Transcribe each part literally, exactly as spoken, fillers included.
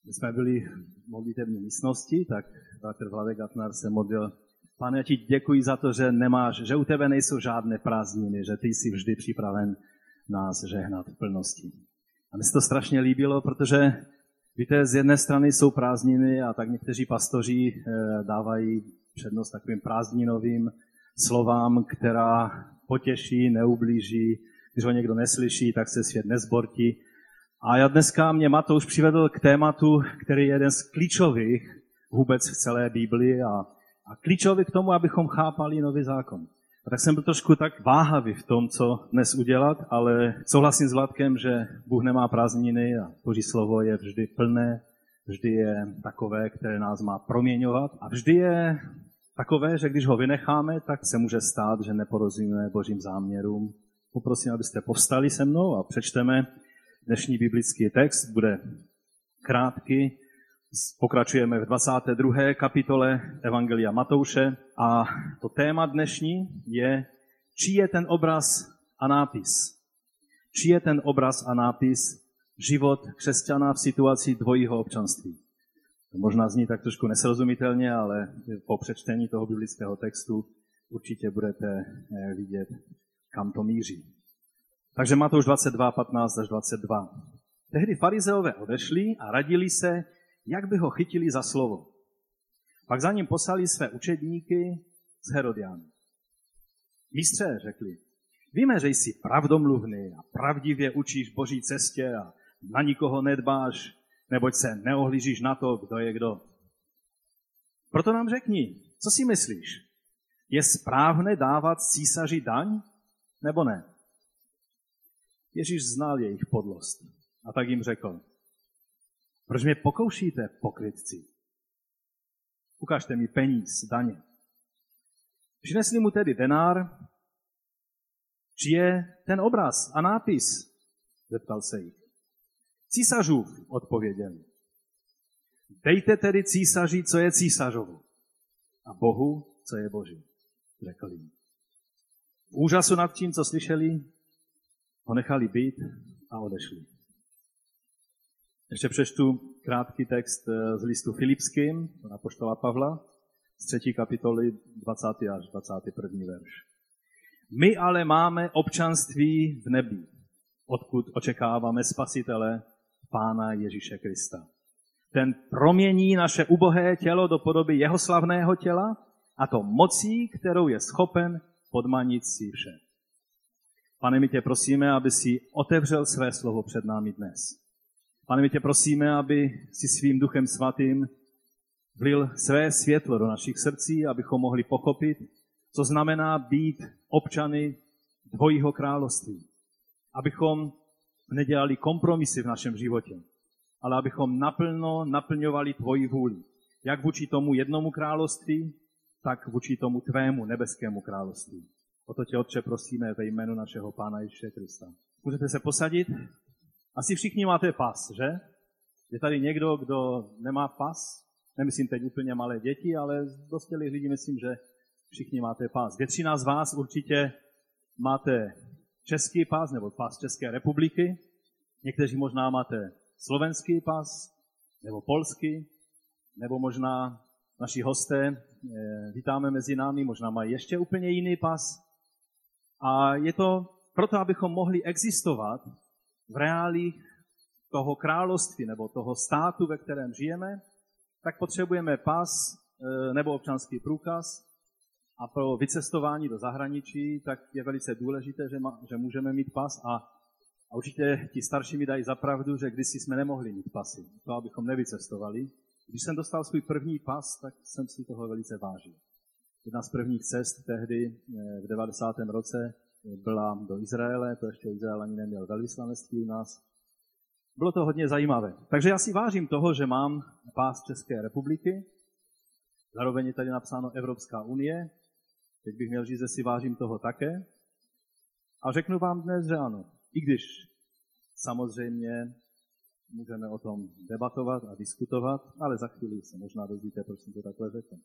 My jsme byli v modlitevní místnosti, tak bratr Vladek Gatnar se modlil: Pane, já ti děkuji za to, že nemáš, že u tebe nejsou žádné prázdniny, že ty jsi vždy připraven nás žehnat v plnosti. A mi se to strašně líbilo, protože víte, z jedné strany jsou prázdniny a tak někteří pastoři dávají přednost takovým prázdninovým slovám, která potěší, neublíží. Když ho někdo neslyší, tak se svět nezbortí. A já dneska mě Matouš přivedl k tématu, který je jeden z klíčových vůbec v celé Biblii a, a klíčový k tomu, abychom chápali nový zákon. A tak jsem byl trošku tak váhavý v tom, co dnes udělat, ale souhlasím s Vladkem, že Bůh nemá prázdniny a Boží slovo je vždy plné, vždy je takové, které nás má proměňovat a vždy je takové, že když ho vynecháme, tak se může stát, že neporozumíme Božím záměrům. Poprosím, abyste povstali se mnou a přečteme dnešní biblický text, bude krátký. Pokračujeme v dvacáté druhé kapitole Evangelia Matouše a to téma dnešní je, čí je ten obraz a nápis. Čí je ten obraz a nápis život křesťana v situaci dvojího občanství. To možná zní tak trošku nesrozumitelně, ale po přečtení toho biblického textu určitě budete vidět, kam to míří. Takže Matouš dvacet dva, patnáct až dvacet dva. Tehdy farizeové odešli a radili se, jak by ho chytili za slovo. Pak za ním poslali své učedníky z Herodiánu. Mistře, řekli, víme, že jsi pravdomluvný a pravdivě učíš Boží cestě a na nikoho nedbáš, neboť se neohlížíš na to, kdo je kdo. Proto nám řekni, co si myslíš? Je správné dávat císaři daň, nebo ne? Ježíš znal jejich podlost a tak jim řekl, proč mě pokoušíte, pokrytci? Ukažte mi peníz, daně. Přinesli mu tedy denár, či je ten obraz a nápis? Zeptal se jich. Císařův, odpověděli. Dejte tedy císaři, co je císařovu, a Bohu, co je Boží, řekl jim. V úžasu nad tím, co slyšeli, ho nechali být a odešli. Ještě přečtu krátký text z listu Filipským, apoštola Pavla, z třetí kapitoly dvacátý až dvacátý první verš. My ale máme občanství v nebi, odkud očekáváme Spasitele, Pána Ježíše Krista. Ten promění naše ubohé tělo do podoby jeho slavného těla, a to mocí, kterou je schopen podmanit si vše. Pane, my tě prosíme, aby si otevřel své slovo před námi dnes. Pane, my tě prosíme, aby si svým Duchem Svatým vlil své světlo do našich srdcí, abychom mohli pochopit, co znamená být občany dvojího království. Abychom nedělali kompromisy v našem životě, ale abychom naplno naplňovali tvoji vůli. Jak vůči tomu jednomu království, tak vůči tomu tvému nebeskému království. O to tě, Otče, prosíme ve jménu našeho Pána Ježíše Krista. Můžete se posadit? Asi všichni máte pas, že? Je tady někdo, kdo nemá pas? Nemyslím teď úplně malé děti, ale z dospělých lidí myslím, že všichni máte pas. Většina z vás určitě máte český pas nebo pas České republiky. Někteří možná máte slovenský pas nebo polský, nebo možná naši hosté, vítáme mezi námi, možná mají ještě úplně jiný pas. A je to proto, abychom mohli existovat v reálích toho království nebo toho státu, ve kterém žijeme, tak potřebujeme pas nebo občanský průkaz. A pro vycestování do zahraničí tak je velice důležité, že, ma, že můžeme mít pas a, a určitě ti starší mi dají za pravdu, že kdysi jsme nemohli mít pasy, to abychom nevycestovali. Když jsem dostal svůj první pas, tak jsem si toho velice vážil. Jedna z prvních cest tehdy v devadesátém roce byla do Izraele, to ještě Izrael ani neměl velvyslanectví u nás. Bylo to hodně zajímavé. Takže já si vážím toho, že mám pás České republiky, zároveň je tady napsáno Evropská unie, teď bych měl říct, že si vážím toho také. A řeknu vám dnes, že ano, i když samozřejmě můžeme o tom debatovat a diskutovat, ale za chvíli se možná dozvíte, proč jsem to takhle řekl.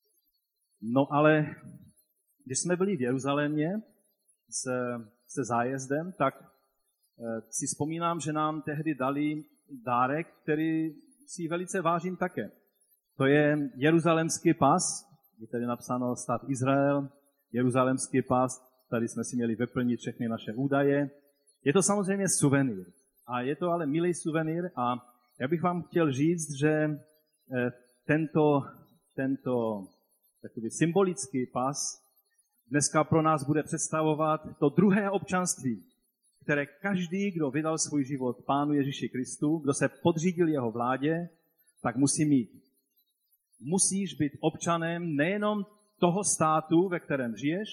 No ale když jsme byli v Jeruzalémě se, se zájezdem, tak si vzpomínám, že nám tehdy dali dárek, který si velice vážím také. To je jeruzalemský pas, je tady napsáno stát Izrael, jeruzalemský pas, tady jsme si měli vyplnit všechny naše údaje. Je to samozřejmě suvenýr. A je to ale milý suvenýr a já bych vám chtěl říct, že tento, tento takový symbolický pas dneska pro nás bude představovat to druhé občanství, které každý, kdo vydal svůj život Pánu Ježíši Kristu, kdo se podřídil jeho vládě, tak musí mít. Musíš být občanem nejenom toho státu, ve kterém žiješ,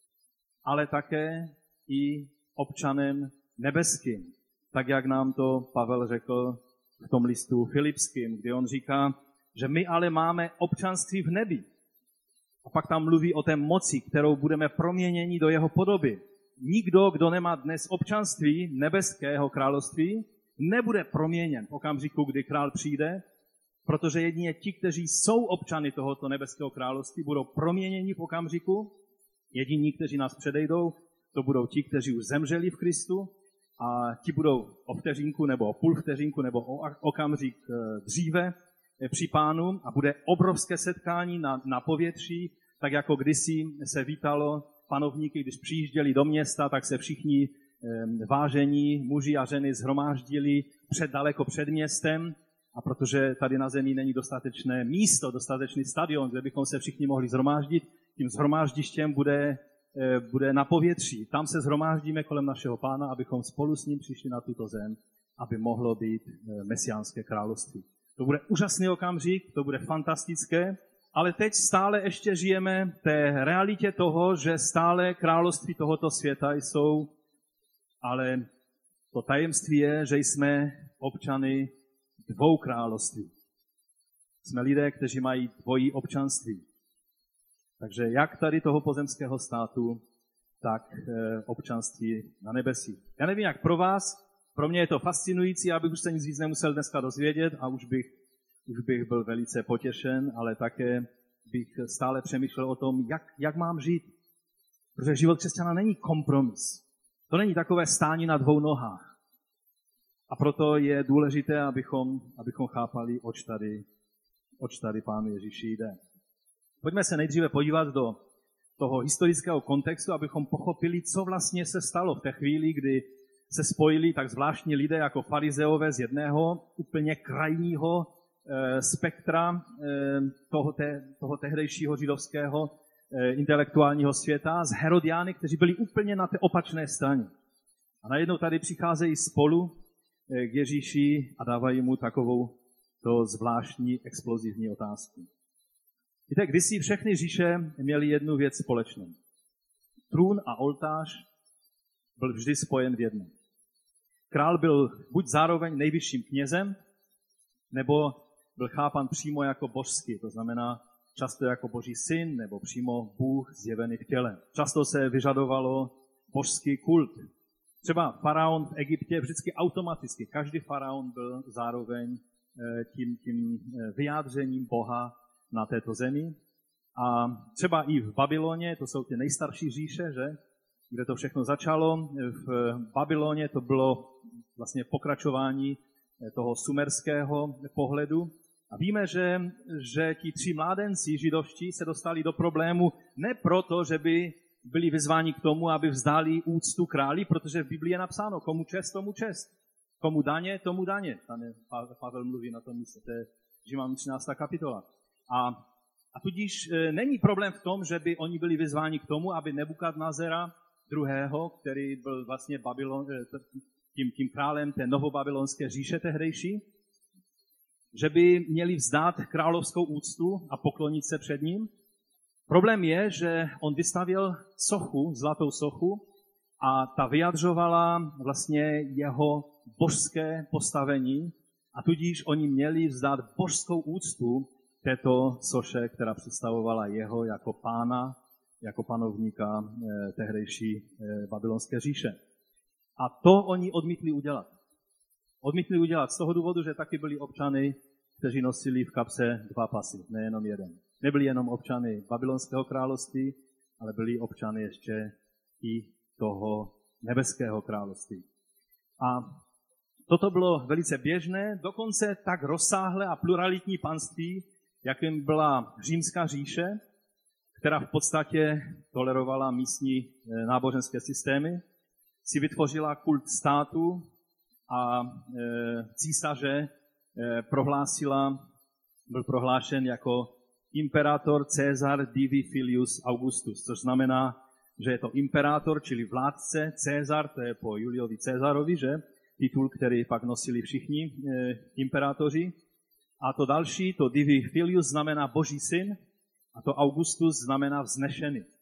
ale také i občanem nebeským. Tak, jak nám to Pavel řekl v tom listu Filipským, kdy on říká, že my ale máme občanství v nebi. A pak tam mluví o té moci, kterou budeme proměněni do jeho podoby. Nikdo, kdo nemá dnes občanství nebeského království, nebude proměněn v okamžiku, kdy král přijde, protože jedině ti, kteří jsou občany tohoto nebeského království, budou proměněni v okamžiku. Jediní, kteří nás předejdou, to budou ti, kteří už zemřeli v Kristu a ti budou o vteřinku nebo o půl vteřinku nebo o okamžik dříve při Pánu a bude obrovské setkání na, na povětří, tak jako kdysi se vítalo panovníky, když přijížděli do města, tak se všichni e, vážení muži a ženy shromáždili před, daleko před městem a protože tady na zemi není dostatečné místo, dostatečný stadion, kde bychom se všichni mohli shromáždit, tím shromáždištěm bude, e, bude na povětří. Tam se shromáždíme kolem našeho Pána, abychom spolu s ním přišli na tuto zem, aby mohlo být e, mesiánské království. To bude úžasný okamžik, to bude fantastické, ale teď stále ještě žijeme v té realitě toho, že stále království tohoto světa jsou, ale to tajemství je, že jsme občany dvou království. Jsme lidé, kteří mají dvojí občanství. Takže jak tady toho pozemského státu, tak občanství na nebesí. Já nevím, jak pro vás, pro mě je to fascinující, abych už se nic víc nemusel dneska dozvědět a už bych, už bych byl velice potěšen, ale také bych stále přemýšlel o tom, jak, jak mám žít. Protože život křesťana není kompromis. To není takové stání na dvou nohách. A proto je důležité, abychom, abychom chápali, oč tady, oč tady Pánu Ježíši jde. Pojďme se nejdříve podívat do toho historického kontextu, abychom pochopili, co vlastně se stalo v té chvíli, kdy se spojili tak zvláštní lidé jako farizeové z jedného úplně krajního e, spektra e, toho, te, toho tehdejšího židovského e, intelektuálního světa s Herodiány, kteří byli úplně na té opačné straně. A najednou tady přicházejí spolu e, k Ježíši a dávají mu takovou to zvláštní explozivní otázku. Víte, kdysi všechny říše měly jednu věc společnou. Trůn a oltář byl vždy spojen v jednom. Král byl buď zároveň nejvyšším knězem, nebo byl chápan přímo jako božský, to znamená často jako boží syn, nebo přímo Bůh zjevený v těle. Často se vyžadovalo božský kult. Třeba faraon v Egyptě vždycky automaticky, každý faraon byl zároveň tím, tím vyjádřením Boha na této zemi. A třeba i v Babyloně, to jsou ty nejstarší říše, že? Kde to všechno začalo. V Babyloně to bylo vlastně pokračování toho sumerského pohledu. A víme, že, že ti tři mládenci židovští se dostali do problému ne proto, že by byli vyzváni k tomu, aby vzdali úctu králi, protože v Biblii je napsáno, komu čest, tomu čest. Komu daně, tomu daně. Tam je, Pavel mluví na tom místě, to je Římanům třináctá kapitola. A, a tudíž e, není problém v tom, že by oni byli vyzváni k tomu, aby Nebukadnezara druhého, který byl vlastně Babylon, tím, tím králem té novobabylonské říše tehdejší, že by měli vzdát královskou úctu a poklonit se před ním. Problém je, že on vystavěl sochu, zlatou sochu, a ta vyjadřovala vlastně jeho božské postavení a tudíž oni měli vzdát božskou úctu této soše, která představovala jeho jako pána, jako panovníka eh, tehdejší eh, babylonské říše. A to oni odmítli udělat. Odmítli udělat z toho důvodu, že taky byli občany, kteří nosili v kapse dva pasy, nejenom jeden. Nebyli jenom občany babylonského království, ale byli občany ještě i toho nebeského království. A Toto bylo velice běžné, dokonce tak rozsáhlé a pluralitní panství, jakým byla Římská říše, která v podstatě tolerovala místní náboženské systémy, si vytvořila kult státu a císaře prohlásila, byl prohlášen jako imperator Caesar Divi Filius Augustus, což znamená, že je to imperátor, čili vládce, Caesar, to je po Juliovi Caesarovi, že? Titul, který pak nosili všichni e, imperátoři. A to další, to Divi Filius znamená boží syn a to Augustus znamená vznešený. E,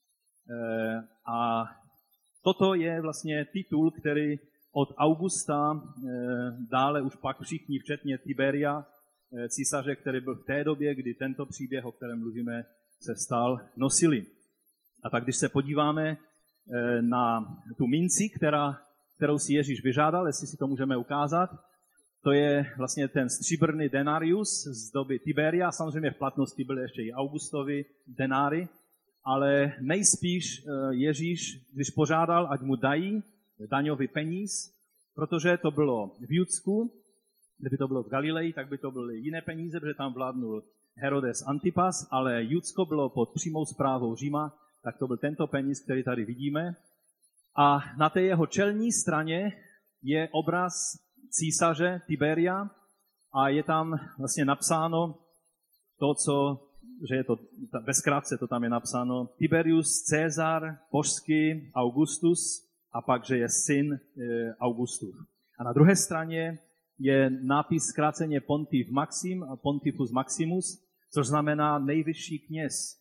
a toto je vlastně titul, který od Augusta e, dále už pak všichni, včetně Tiberia, e, císaře, který byl v té době, kdy tento příběh, o kterém mluvíme, se stal, nosili. A tak když se podíváme e, na tu minci, která kterou si Ježíš vyžádal, jestli si to můžeme ukázat. To je vlastně ten stříbrný denarius z doby Tiberia. Samozřejmě v platnosti byly ještě i Augustovi denáry, ale nejspíš Ježíš, když požádal, ať mu dají daňový peníz, protože to bylo v Judsku, kdyby to bylo v Galileji, tak by to byly jiné peníze, protože tam vládnul Herodes Antipas, ale Judsko bylo pod přímou správou Říma, tak to byl tento peníz, který tady vidíme. A na té jeho čelní straně je obraz císaře Tiberia a je tam vlastně napsáno to, co, že je to, ve zkratce to tam je napsáno, Tiberius Caesar, božský Augustus a pak, že je syn e, Augustův. A na druhé straně je nápis zkráceně Pontif Maxim, Pontifus Maximus, což znamená nejvyšší kněz.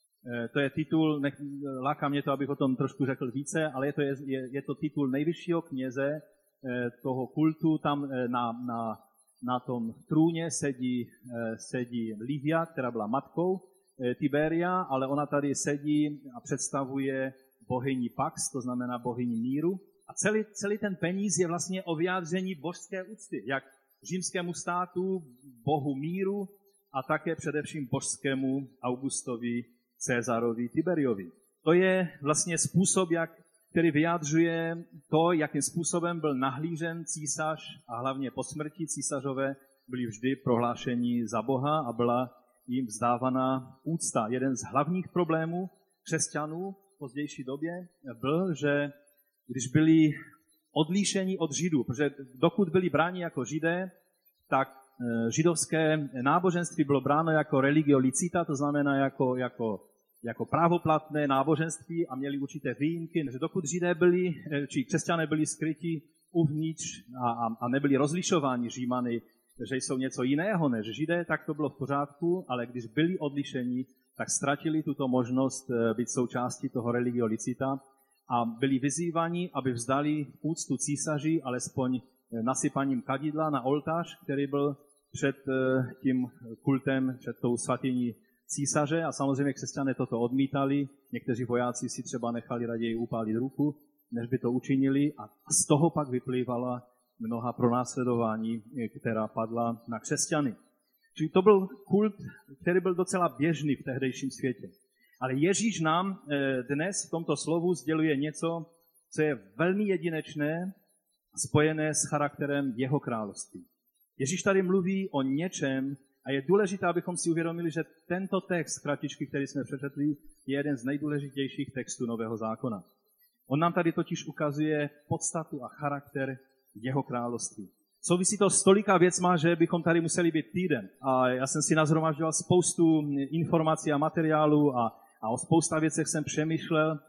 To je titul, nech, láká mě to, abych o tom trošku řekl více, ale je to, je, je to titul nejvyššího kněze toho kultu. Tam na, na, na tom trůně sedí, sedí Livia, která byla matkou Tiberia, ale ona tady sedí a představuje bohyni Pax, to znamená bohyni míru. A celý, celý ten peníz je vlastně o vyjádření božské úcty, jak římskému státu, bohu míru a také především božskému Augustovi Cezarovi Tiberiovi. To je vlastně způsob, jak, který vyjádřuje to, jakým způsobem byl nahlížen císař a hlavně po smrti císařové byli vždy prohlášeni za Boha a byla jim vzdávaná úcta. Jeden z hlavních problémů křesťanů v pozdější době byl, že když byli odlíšeni od Židů, protože dokud byli bráni jako Židé, tak židovské náboženství bylo bráno jako religio licita, to znamená jako, jako, jako právoplatné náboženství a měli určité výjimky, že dokud Židé byli, či křesťané byli skryti uvnitř a, a, a nebyli rozlišováni Římany, že jsou něco jiného než Židé, tak to bylo v pořádku, ale když byli odlišeni, tak ztratili tuto možnost být součástí toho religio licita a byli vyzýváni, aby vzdali úctu císaři, alespoň nasypaním kadidla na oltář, který byl před tím kultem, před tou svatyní císaře a samozřejmě křesťané toto odmítali. Někteří vojáci si třeba nechali raději upálit ruku, než by to učinili a z toho pak vyplývala mnoha pronásledování, která padla na křesťany. Čili to byl kult, který byl docela běžný v tehdejším světě. Ale Ježíš nám dnes v tomto slovu sděluje něco, co je velmi jedinečné, spojené s charakterem jeho království. Ježíš tady mluví o něčem a je důležité, abychom si uvědomili, že tento text kratičky, který jsme přečetli, je jeden z nejdůležitějších textů Nového zákona. On nám tady totiž ukazuje podstatu a charakter jeho království. Souvisí to s tolika věcma, že bychom tady museli být týden. A já jsem si nazhromažďoval spoustu informací a materiálů a, a o spousta věcech jsem přemýšlel,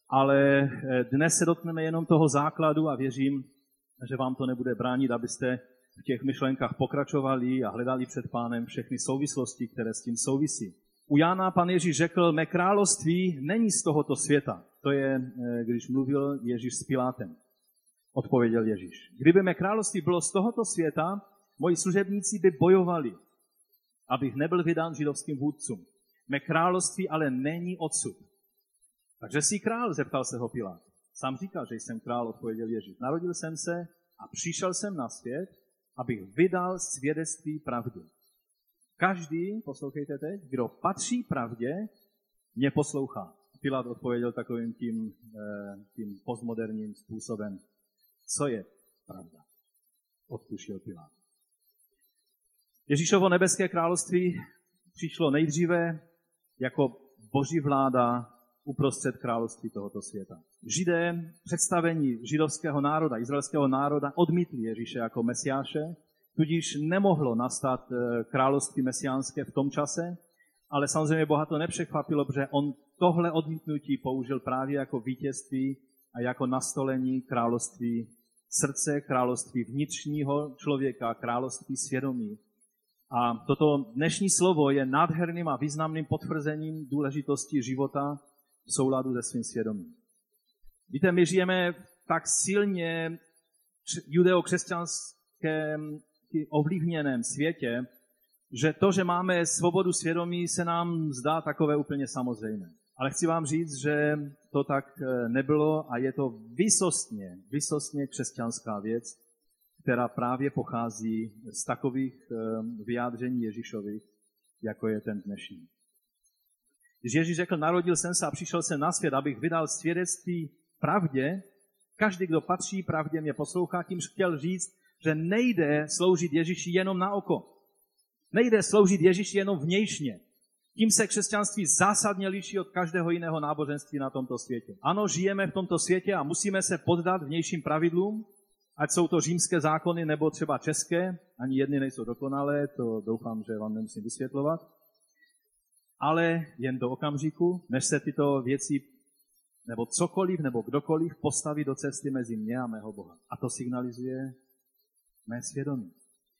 ale dnes se dotkneme jenom toho základu a věřím, že vám to nebude bránit, abyste v těch myšlenkách pokračovali a hledali před Pánem všechny souvislosti, které s tím souvisí. U Jana pan Ježíš řekl, mé království není z tohoto světa. To je, když mluvil Ježíš s Pilátem. Odpověděl Ježíš. Kdyby mé království bylo z tohoto světa, moji služebníci by bojovali, abych nebyl vydán židovským vůdcům. Mé království ale není odsud. Takže jsi král, zeptal se ho Pilát. Sám říkal, že jsem král, odpověděl Ježíš. Narodil jsem se a přišel jsem na svět, abych vydal svědectví pravdy. Každý, poslouchejte teď, kdo patří pravdě, mě poslouchá. Pilát odpověděl takovým tím, tím postmoderním způsobem. Co je pravda? odtušil Pilát. Ježíšovo nebeské království přišlo nejdříve jako boží vláda uprostřed království tohoto světa. Židé, představení židovského národa, izraelského národa, odmítli Ježíše jako mesiáše, tudíž nemohlo nastat království mesiánské v tom čase, ale samozřejmě Boha to nepřekvapilo, protože on tohle odmítnutí použil právě jako vítězství a jako nastolení království srdce, království vnitřního člověka, království svědomí. A toto dnešní slovo je nádherným a významným potvrzením důležitosti života v souladu se svým svědomím. Víte, my žijeme v tak silně judeokřesťanském ovlivněném světě, že to, že máme svobodu svědomí, se nám zdá takové úplně samozřejmé. Ale chci vám říct, že to tak nebylo a je to vysostně, vysostně křesťanská věc, která právě pochází z takových vyjádření Ježíšových, jako je ten dnešní. Když Ježíš řekl, narodil jsem se a přišel jsem na svět, abych vydal svědectví pravdě, každý, kdo patří pravdě, mě poslouchá, tímž chtěl říct, že nejde sloužit Ježíši jenom na oko. Nejde sloužit Ježíši jenom vnějšně. Tím se křesťanství zásadně liší od každého jiného náboženství na tomto světě. Ano, žijeme v tomto světě a musíme se poddat vnějším pravidlům, ať jsou to římské zákony nebo třeba české, ani jedny nejsou dokonalé, to doufám, že vám nemusím vysvětlovat. Ale jen do okamžiku, než se tyto věci nebo cokoliv nebo kdokoliv postaví do cesty mezi mě a mého Boha. A to signalizuje mé svědomí.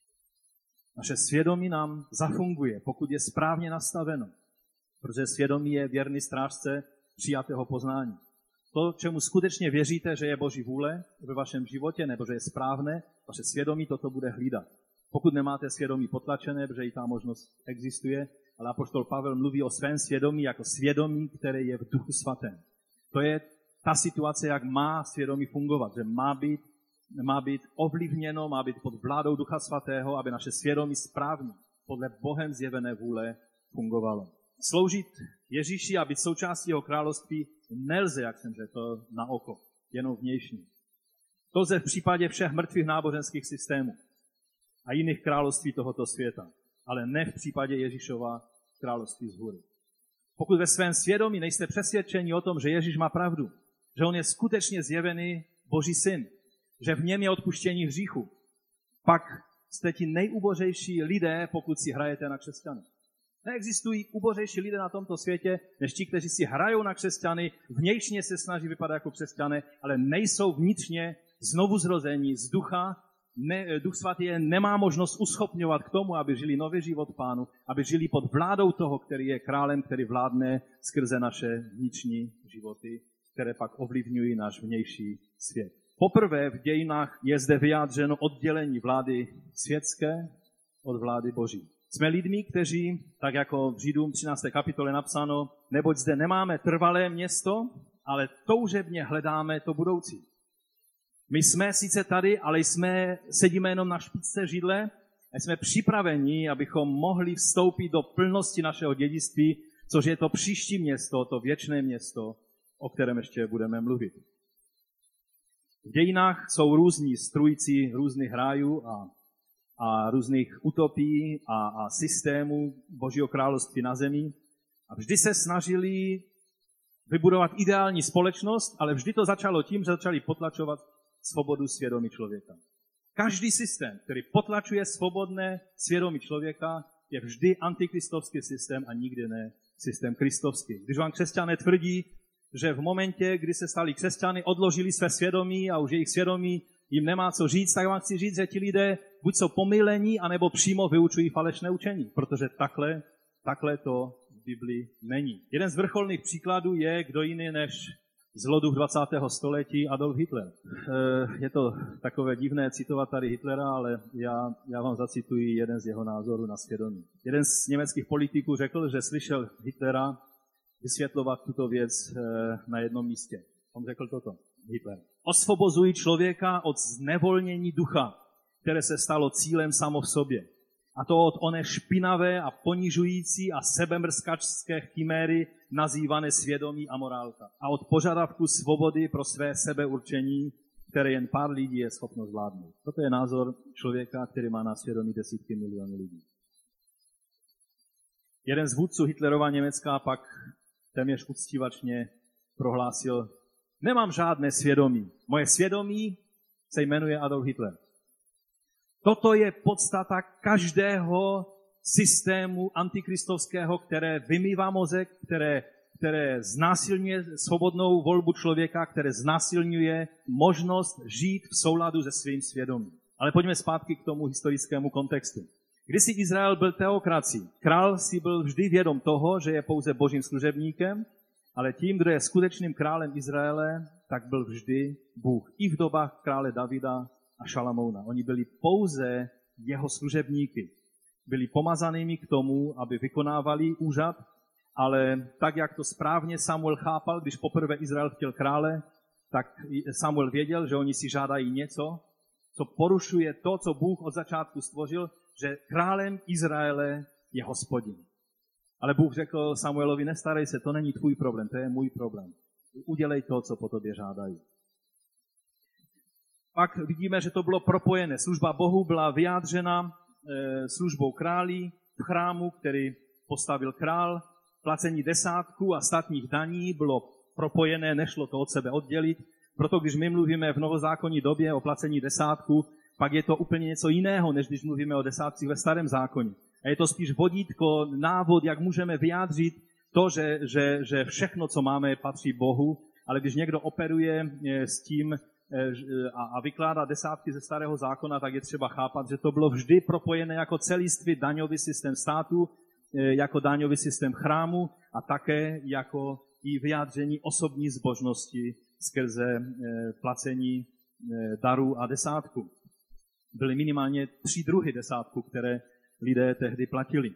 Naše svědomí nám zafunguje, pokud je správně nastaveno, protože svědomí je věrný strážce přijatého poznání. To, čemu skutečně věříte, že je Boží vůle ve vašem životě, nebo že je správné, vaše svědomí toto bude hlídat. Pokud nemáte svědomí potlačené, protože i ta možnost existuje, ale apoštol Pavel mluví o svém svědomí jako svědomí, které je v Duchu Svatém. To je ta situace, jak má svědomí fungovat, že má být, má být ovlivněno, má být pod vládou Ducha Svatého, aby naše svědomí správně podle Bohem zjevené vůle fungovalo. Sloužit Ježíši a být součástí jeho království nelze, jak jsem řekl, na oko, jenom vnější. To lze v případě všech mrtvých náboženských systémů a jiných království tohoto světa, ale ne v případě Ježíšova království z hůry. Pokud ve svém svědomí nejste přesvědčeni o tom, že Ježíš má pravdu, že on je skutečně zjevený Boží syn, že v něm je odpuštění hříchu, pak jste ti nejubořejší lidé, pokud si hrajete na křesťany. Neexistují ubořejší lidé na tomto světě, než ti, kteří si hrajou na křesťany, vnějšně se snaží vypadat jako křesťané, ale nejsou vnitřně znovu zrození z ducha. Ne, Duch Svatý je nemá možnost uschopňovat k tomu, aby žili nový život Pánu, aby žili pod vládou toho, který je králem, který vládne skrze naše vnitřní životy, které pak ovlivňují náš vnější svět. Poprvé v dějinách je zde vyjádřeno oddělení vlády světské od vlády Boží. Jsme lidmi, kteří, tak jako v Židům třinácté kapitole napsáno, neboť zde nemáme trvalé město, ale toužebně hledáme to budoucí. My jsme sice tady, ale jsme, sedíme jenom na špičce židle a jsme připraveni, abychom mohli vstoupit do plnosti našeho dědictví, což je to příští město, to věčné město, o kterém ještě budeme mluvit. V dějinách jsou různí strůjci různých rájů a, a různých utopií a, a systémů Božího království na zemi a vždy se snažili vybudovat ideální společnost, ale vždy to začalo tím, že začali potlačovat svobodu svědomí člověka. Každý systém, který potlačuje svobodné svědomí člověka, je vždy antikristovský systém a nikdy ne systém kristovský. Když vám křesťané tvrdí, že v momentě, kdy se stali křesťany, odložili své svědomí a už jejich svědomí jim nemá co říct, tak vám chci říct, že ti lidé buď jsou pomylení, anebo přímo vyučují falešné učení, protože takhle, takhle to v Biblii není. Jeden z vrcholných příkladů je kdo jiný než zloduch dvacátého století Adolf Hitler. Je to takové divné citovat tady Hitlera, ale já, já vám zacituji jeden z jeho názorů na svědomí. Jeden z německých politiků řekl, že slyšel Hitlera vysvětlovat tuto věc na jednom místě. On řekl toto, Hitler. Osvobozují člověka od znevolnění ducha, které se stalo cílem samo v sobě. A to od oné špinavé a ponižující a sebemrskačské chiméry nazývané svědomí a morálka. A od požadavku svobody pro své sebeurčení které jen pár lidí je schopno zvládnout. Toto je názor člověka, který má na svědomí desítky milionů lidí. Jeden z vůdců Hitlerova Německa pak téměř uctívačně prohlásil: nemám žádné svědomí. Moje svědomí se jmenuje Adolf Hitler. Toto je podstata každého systému antikristovského, které vymývá mozek, které, které znásilňuje svobodnou volbu člověka, které znásilňuje možnost žít v souladu se svým svědomím. Ale pojďme zpátky k tomu historickému kontextu. Když si Izrael byl teokracií, král si byl vždy vědom toho, že je pouze božím služebníkem, ale tím, kdo je skutečným králem Izraele, tak byl vždy Bůh. I v dobách krále Davida a Šalamouna. Oni byli pouze jeho služebníky. Byli pomazanými k tomu, aby vykonávali úřad, ale tak, jak to správně Samuel chápal, když poprvé Izrael chtěl krále, tak Samuel věděl, že oni si žádají něco, co porušuje to, co Bůh od začátku stvořil, že králem Izraele je Hospodin. Ale Bůh řekl Samuelovi: nestarej se, to není tvůj problém, to je můj problém. Udělej to, co po tobě žádají. Pak vidíme, že to bylo propojené. Služba Bohu byla vyjádřena e, službou králí v chrámu, který postavil král. Placení desátku a státních daní bylo propojené, nešlo to od sebe oddělit. Proto když my mluvíme v novozákonní době o placení desátku, pak je to úplně něco jiného, než když mluvíme o desátcích ve starém zákoně. A je to spíš vodítko, návod, jak můžeme vyjádřit to, že, že, že všechno, co máme, patří Bohu, ale když někdo operuje s tím a, a vykládá desátky ze starého zákona, tak je třeba chápat, že to bylo vždy propojené jako celistvý daňový systém státu, jako daňový systém chrámu a také jako i vyjádření osobní zbožnosti skrze placení darů a desátku. Byly minimálně tři druhy desátku, které lidé tehdy platili.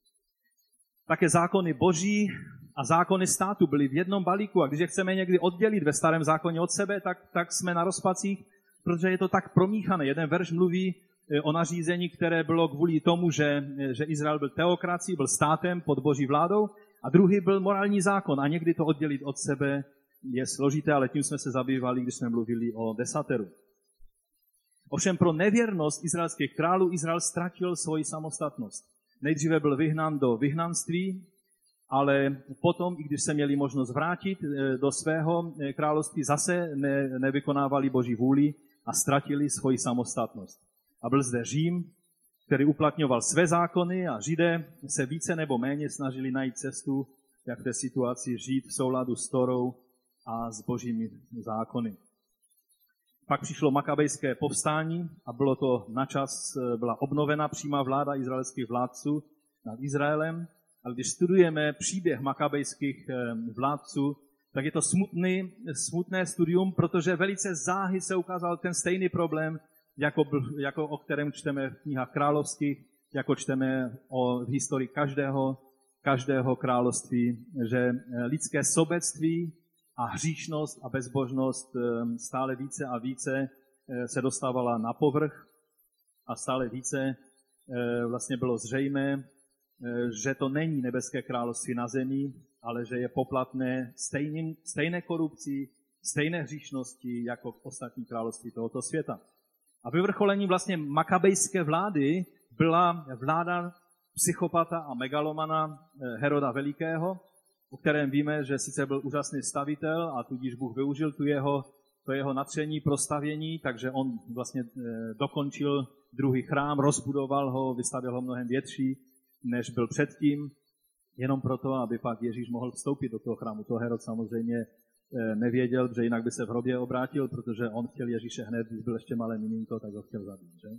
Také zákony boží a zákony státu byly v jednom balíku a když je chceme někdy oddělit ve starém zákoně od sebe, tak, tak jsme na rozpacích, protože je to tak promíchané. Jeden verš mluví o nařízení, které bylo kvůli tomu, že, že Izrael byl teokracií, byl státem pod boží vládou a druhý byl morální zákon a někdy to oddělit od sebe je složité, ale tím jsme se zabývali, když jsme mluvili o desateru. Ovšem pro nevěrnost izraelských králů Izrael ztratil svoji samostatnost. Nejdříve byl vyhnán do vyhnanství, ale potom, i když se měli možnost vrátit do svého království, zase ne, nevykonávali boží vůli a ztratili svoji samostatnost. A byl zde Řím, který uplatňoval své zákony a Židé se více nebo méně snažili najít cestu, jak v té situaci žít v souladu s Torou a s božími zákony. Pak přišlo makabejské povstání a bylo to načas, byla obnovena přímá vláda izraelských vládců nad Izraelem. Ale když studujeme příběh makabejských vládců, tak je to smutný, smutné studium, protože velice záhy se ukázal ten stejný problém, jako, jako o kterém čteme v knihách královských, jako čteme o v historii každého, každého království, že lidské sobectví a hříšnost a bezbožnost stále více a více se dostávala na povrch a stále více vlastně bylo zřejmé, že to není nebeské království na zemi, ale že je poplatné stejným, stejné korupcí, stejné hříšnosti jako v ostatní království tohoto světa. A vyvrcholením vlastně makabejské vlády byla vláda psychopata a megalomana Heroda Velikého, o kterém víme, že sice byl úžasný stavitel a tudíž Bůh využil tu jeho, to jeho natření pro stavění, takže on vlastně dokončil druhý chrám, rozbudoval ho, vystavěl ho mnohem větší, než byl předtím, jenom proto, aby pak Ježíš mohl vstoupit do toho chrámu. To Herod samozřejmě nevěděl, že jinak by se v hrobě obrátil, protože on chtěl Ježíše hned, když byl ještě malé miminko, tak ho chtěl zabít. Že?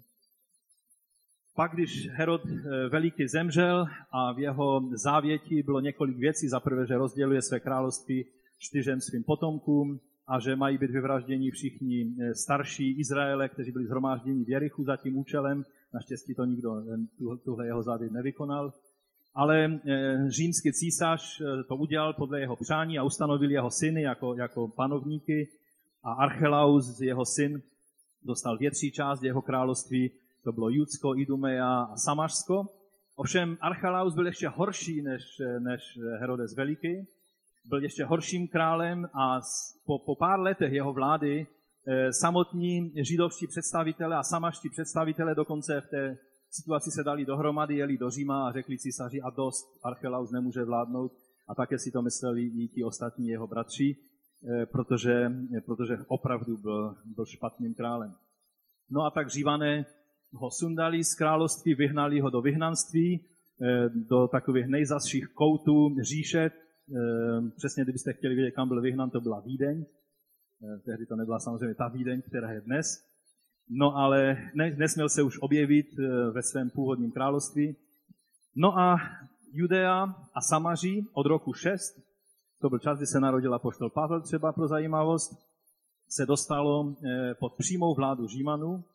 Pak, když Herod Veliký zemřel a v jeho závěti bylo několik věcí, za prvé, že rozděluje své království čtyřem svým potomkům a že mají být vyvražděni všichni starší Izraele, kteří byli shromážděni v Jerichu za tím účelem. Naštěstí to nikdo tuhle jeho závěť nevykonal. Ale římský císař to udělal podle jeho přání a ustanovil jeho syny jako, jako panovníky a Archelaus, jeho syn, dostal větší část jeho království, to bylo Judsko, Idumea a Samařsko. Ovšem Archelaus byl ještě horší než, než Herodes Veliký, byl ještě horším králem a po, po pár letech jeho vlády samotní židovští představitelé a samaští představitelé dokonce v té situaci se dali dohromady, jeli do Říma a řekli císaři a dost, Archelaus nemůže vládnout. A také si to mysleli i ti ostatní jeho bratři, protože, protože opravdu byl, byl špatným králem. No a tak Římané ho sundali z království, vyhnali ho do vyhnanství, do takových nejzasších koutů říše. Přesně, kdybyste chtěli vědět, kam byl vyhnan, to byla Vídeň. Tehdy to nebyla samozřejmě ta Vídeň, která je dnes. No ale ne, nesměl se už objevit ve svém původním království. No a Judea a Samaří od roku šest, to byl čas, kdy se narodil apoštol Pavel třeba pro zajímavost, se dostalo pod přímou vládu Římanů.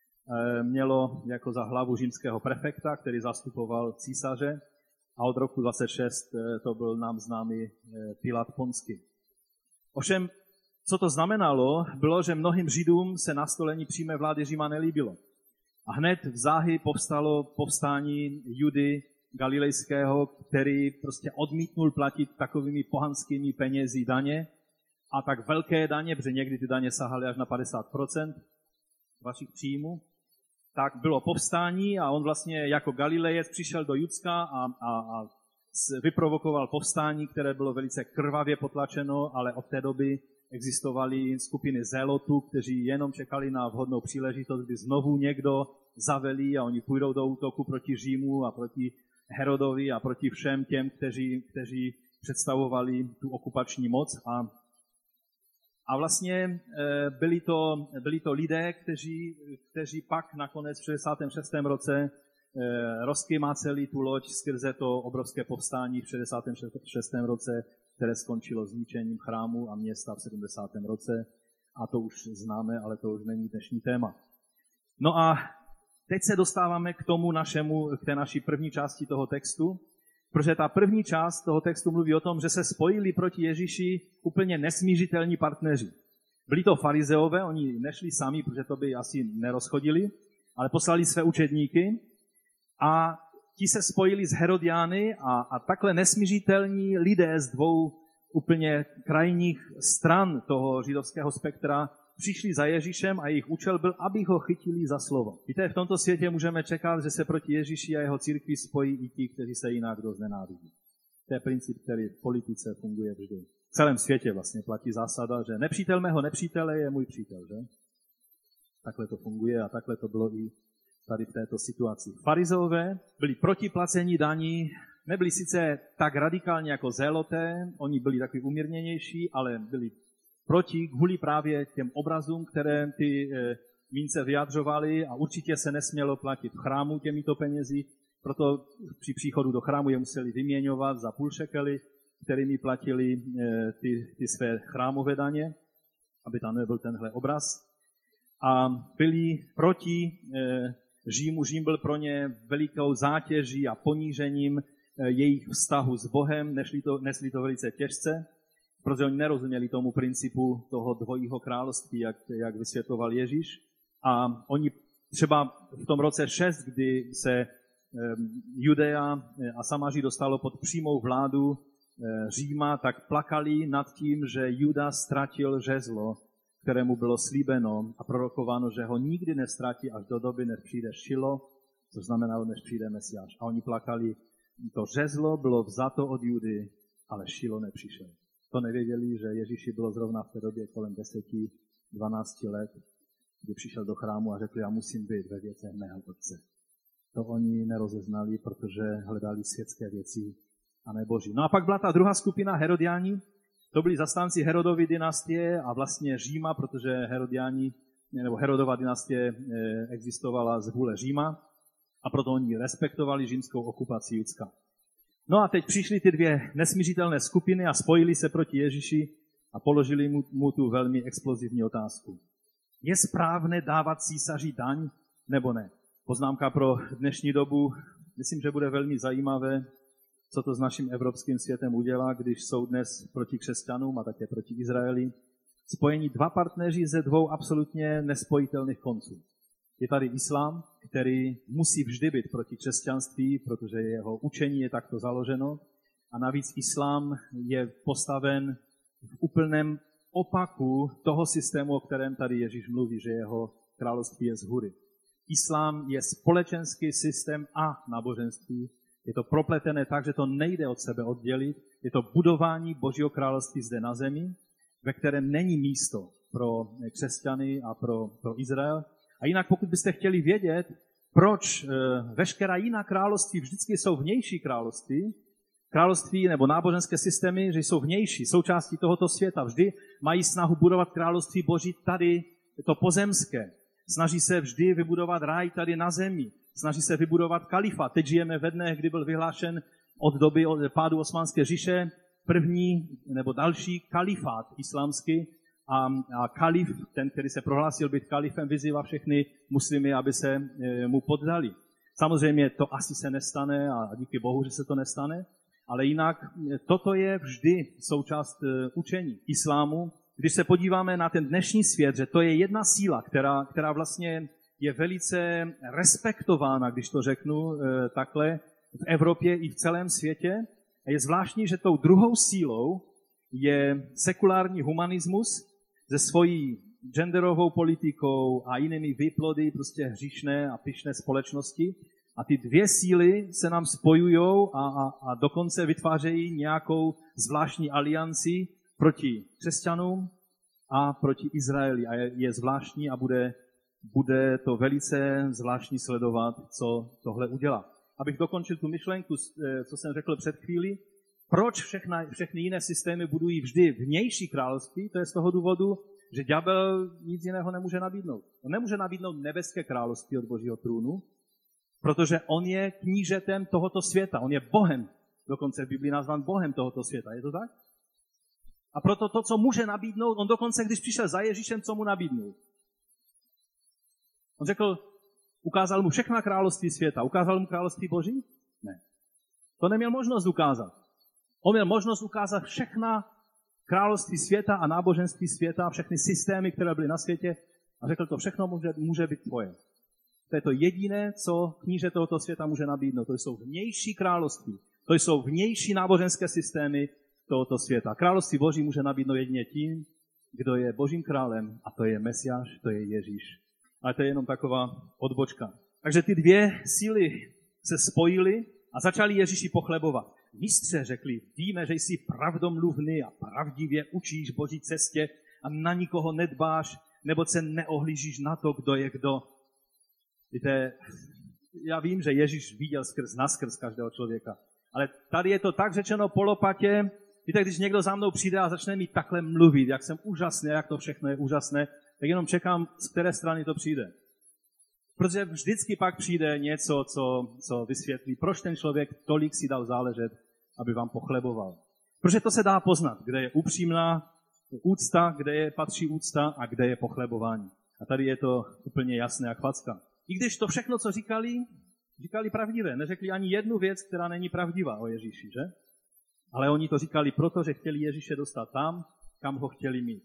Mělo jako za hlavu římského prefekta, který zastupoval císaře, a od roku dvacet šest to byl nám známý Pilát Ponský. Ovšem, co to znamenalo, bylo, že mnohým Židům se nastolení přímé vlády Říma nelíbilo. A hned v záhy povstalo povstání Judy Galilejského, který prostě odmítnul platit takovými pohanskými penězi daně, a tak velké daně, protože někdy ty daně sahaly až na padesát procent vašich příjmů, tak bylo povstání a on vlastně jako Galilejec přišel do Judska a, a, a vyprovokoval povstání, které bylo velice krvavě potlačeno, ale od té doby existovaly skupiny zélotů, kteří jenom čekali na vhodnou příležitost, kdy znovu někdo zavelí a oni půjdou do útoku proti Římu a proti Herodovi a proti všem těm, kteří, kteří představovali tu okupační moc. A, a vlastně byli to, byli to lidé, kteří, kteří pak nakonec v šedesátém šestém roce rozkymáceli tu loď skrze to obrovské povstání v šedesátém šestém roce, které skončilo zničením chrámu a města v sedmdesátém roce. A to už známe, ale to už není dnešní téma. No a teď se dostáváme k tomu našemu, k té naší první části toho textu, protože ta první část toho textu mluví o tom, že se spojili proti Ježíši úplně nesmířitelní partneři. Byli to farizeové, oni nešli sami, protože to by asi nerozchodili, ale poslali své učedníky a ti se spojili s Herodiány a, a takhle nesmířitelní lidé z dvou úplně krajních stran toho židovského spektra přišli za Ježíšem a jejich účel byl, aby ho chytili za slovo. Víte, v tomto světě můžeme čekat, že se proti Ježíši a jeho církvi spojí i ti, kteří se jinak dost nenávidí. To je princip, který v politice funguje vždy. V celém světě vlastně platí zásada, že nepřítel mého nepřítele je můj přítel, že? Takhle to funguje a takhle to bylo i tady v této situaci. Farizeové byli proti placení daní, nebyli sice tak radikálně jako zéloté, oni byli takový umírněnější, ale byli proti kvůli právě těm obrazům, které ty e, mince vyjadřovaly, a určitě se nesmělo platit v chrámu těmito penězi, proto při příchodu do chrámu je museli vyměňovat za půl šekely, kterými platili e, ty, ty své chrámové daně, aby tam nebyl tenhle obraz. A byli proti e, Římu. Řím byl pro ně velikou zátěží a ponížením e, jejich vztahu s Bohem, nesli to, nesli to velice těžce, protože oni nerozuměli tomu principu toho dvojího království, jak, jak vysvětloval Ježíš. A oni třeba v tom roce šest, kdy se um, Judea a Samaří dostalo pod přímou vládu uh, Říma, tak plakali nad tím, že Juda ztratil žezlo, kterému bylo slíbeno a prorokováno, že ho nikdy nestratí až do doby, než přijde Šilo, což znamenalo, než přijde Mesiáš. A oni plakali, to žezlo bylo vzato od Judy, ale Šilo nepřišel. To nevěděli, že Ježíši bylo zrovna v té době kolem deset dvanáct let, kdy přišel do chrámu a řekl, já musím být ve věcech mého otce. To oni nerozeznali, protože hledali světské věci a ne boží. No a pak byla ta druhá skupina, Herodiáni. To byli zastánci Herodovy dynastie a vlastně Říma, protože Herodiáni, nebo Herodova dynastie existovala z vůle Říma a proto oni respektovali římskou okupaci Judska. No a teď přišly ty dvě nesmířitelné skupiny a spojili se proti Ježíši a položili mu, mu tu velmi explozivní otázku. Je správné dávat císaři daň nebo ne? Poznámka pro dnešní dobu. Myslím, že bude velmi zajímavé, co to s naším evropským světem udělá, když jsou dnes proti křesťanům a také proti Izraeli spojení dva partneři ze dvou absolutně nespojitelných konců. Je tady islám, který musí vždy být proti křesťanství, protože jeho učení je takto založeno. A navíc islám je postaven v úplném opaku toho systému, o kterém tady Ježíš mluví, že jeho království je z hůry. Islám je společenský systém a náboženství. Je to propletené tak, že to nejde od sebe oddělit. Je to budování Božího království zde na zemi, ve kterém není místo pro křesťany a pro, pro Izrael. A jinak, pokud byste chtěli vědět, proč e, veškerá jiná království vždycky jsou vnější království, království nebo náboženské systémy, že jsou vnější, součástí tohoto světa, vždy mají snahu budovat království Boží tady, to pozemské. Snaží se vždy vybudovat ráj tady na zemi. Snaží se vybudovat kalifát. Teď žijeme ve dnech, kdy byl vyhlášen od doby od pádu Osmanské říše první nebo další kalifát islámský. A, a kalif, ten, který se prohlásil být kalifem, vyzývá všechny muslimy, aby se e, mu poddali. Samozřejmě to asi se nestane a díky Bohu, že se to nestane. Ale jinak toto je vždy součást e, učení islámu. Když se podíváme na ten dnešní svět, že to je jedna síla, která, která vlastně je velice respektována, když to řeknu e, takhle, v Evropě i v celém světě. A je zvláštní, že tou druhou sílou je sekulární humanismus se svojí genderovou politikou a jinými výplody prostě hříšné a pyšné společnosti. A ty dvě síly se nám spojují a, a, a dokonce vytvářejí nějakou zvláštní alianci proti křesťanům a proti Izraeli. A je, je zvláštní a bude, bude to velice zvláštní sledovat, co tohle udělá. Abych dokončil tu myšlenku, co jsem řekl před chvílí, proč všechna, všechny jiné systémy budují vždy vnější království, to je z toho důvodu, že ďábel nic jiného nemůže nabídnout. On nemůže nabídnout nebeské království od Božího trůnu, protože on je knížetem tohoto světa, on je Bohem, dokonce v Biblii nazván Bohem tohoto světa, je to tak? A proto to, co může nabídnout, on dokonce, když přišel za Ježíšem, co mu nabídnul? On řekl, ukázal mu všechna království světa, ukázal mu království Boží? Ne. To neměl možnost ukázat. On měl možnost ukázat všechna království světa a náboženství světa, všechny systémy, které byly na světě a řekl, to všechno může, může být tvoje. To je to jediné, co kníže tohoto světa může nabídnout. To jsou vnější království. To jsou vnější náboženské systémy tohoto světa. Království Boží může nabídnout jedině tím, kdo je Božím králem, a to je Mesiáš, to je Ježíš. Ale to je jenom taková odbočka. Takže ty dvě síly se spojily a začali Ježíši pochlebovat. Mistře, řekli, víme, že jsi pravdomluvný a pravdivě učíš Boží cestě a na nikoho nedbáš, nebo se neohlížíš na to, kdo je kdo. Víte, já vím, že Ježíš viděl skrz naskrz každého člověka, ale tady je to tak řečeno po lopatě. Víte, když někdo za mnou přijde a začne mi takhle mluvit, jak jsem úžasný, jak to všechno je úžasné, tak jenom čekám, z které strany to přijde. Protože vždycky pak přijde něco, co, co vysvětlí, proč ten člověk tolik si dal záležet, aby vám pochleboval. Protože to se dá poznat, kde je upřímná úcta, kde je patří úcta a kde je pochlebování. A tady je to úplně jasné jak facka. I když to všechno, co říkali, říkali pravdivé. Neřekli ani jednu věc, která není pravdivá o Ježíši, že? Ale oni to říkali proto, že chtěli Ježíše dostat tam, kam ho chtěli mít.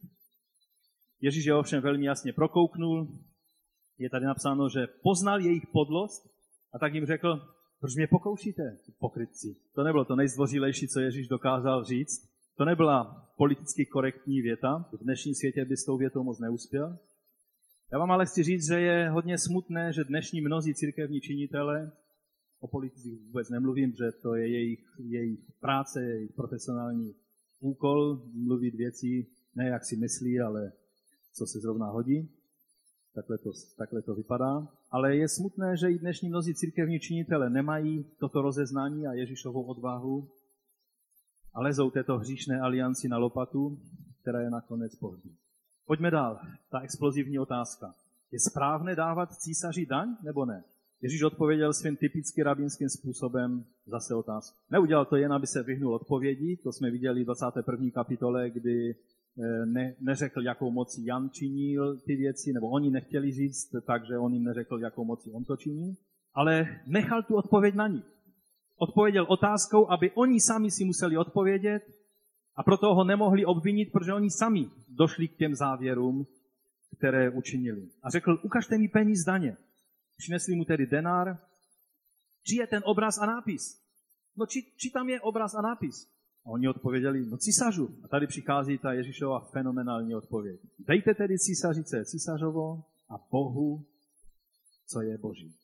Ježíš je ovšem velmi jasně prokouknul. Je tady napsáno, že poznal jejich podlost a tak jim řekl, proč mě pokoušíte, pokrytci. To nebylo to nejzdvořilejší, co Ježíš dokázal říct. To nebyla politicky korektní věta. V dnešním světě by s tou větou moc neuspěl. Já vám ale chci říct, že je hodně smutné, že dnešní mnozí církevní činitelé, o politicích vůbec nemluvím, že to je jejich, jejich práce, jejich profesionální úkol, mluvit věci, ne jak si myslí, ale co se zrovna hodí. Takhle to, takhle to vypadá. Ale je smutné, že i dnešní mnozí církevní činitelé nemají toto rozeznání a Ježíšovou odvahu a lezou této hříšné alianci na lopatu, která je nakonec pohřbí. Pojďme dál. Ta explozivní otázka. Je správné dávat císaři daň, nebo ne? Ježíš odpověděl svým typicky rabínským způsobem zase otázku. Neudělal to jen, aby se vyhnul odpovědi, to jsme viděli v dvacáté první kapitole, kdy ne, neřekl, jakou mocí Jan činil ty věci, nebo oni nechtěli říct, takže on jim neřekl, jakou mocí on to činí, ale nechal tu odpověď na nich. Odpověděl otázkou, aby oni sami si museli odpovědět a proto ho nemohli obvinit, protože oni sami došli k těm závěrům, které učinili. A řekl, ukažte mi peníz daně. Přinesli mu tedy denár. Či je ten obraz a nápis? No či, či tam je obraz a nápis? A oni odpověděli, no císařu. A tady přichází ta Ježíšova fenomenální odpověď. Dejte tedy císaři, co je císařovo, a Bohu, co je Boží.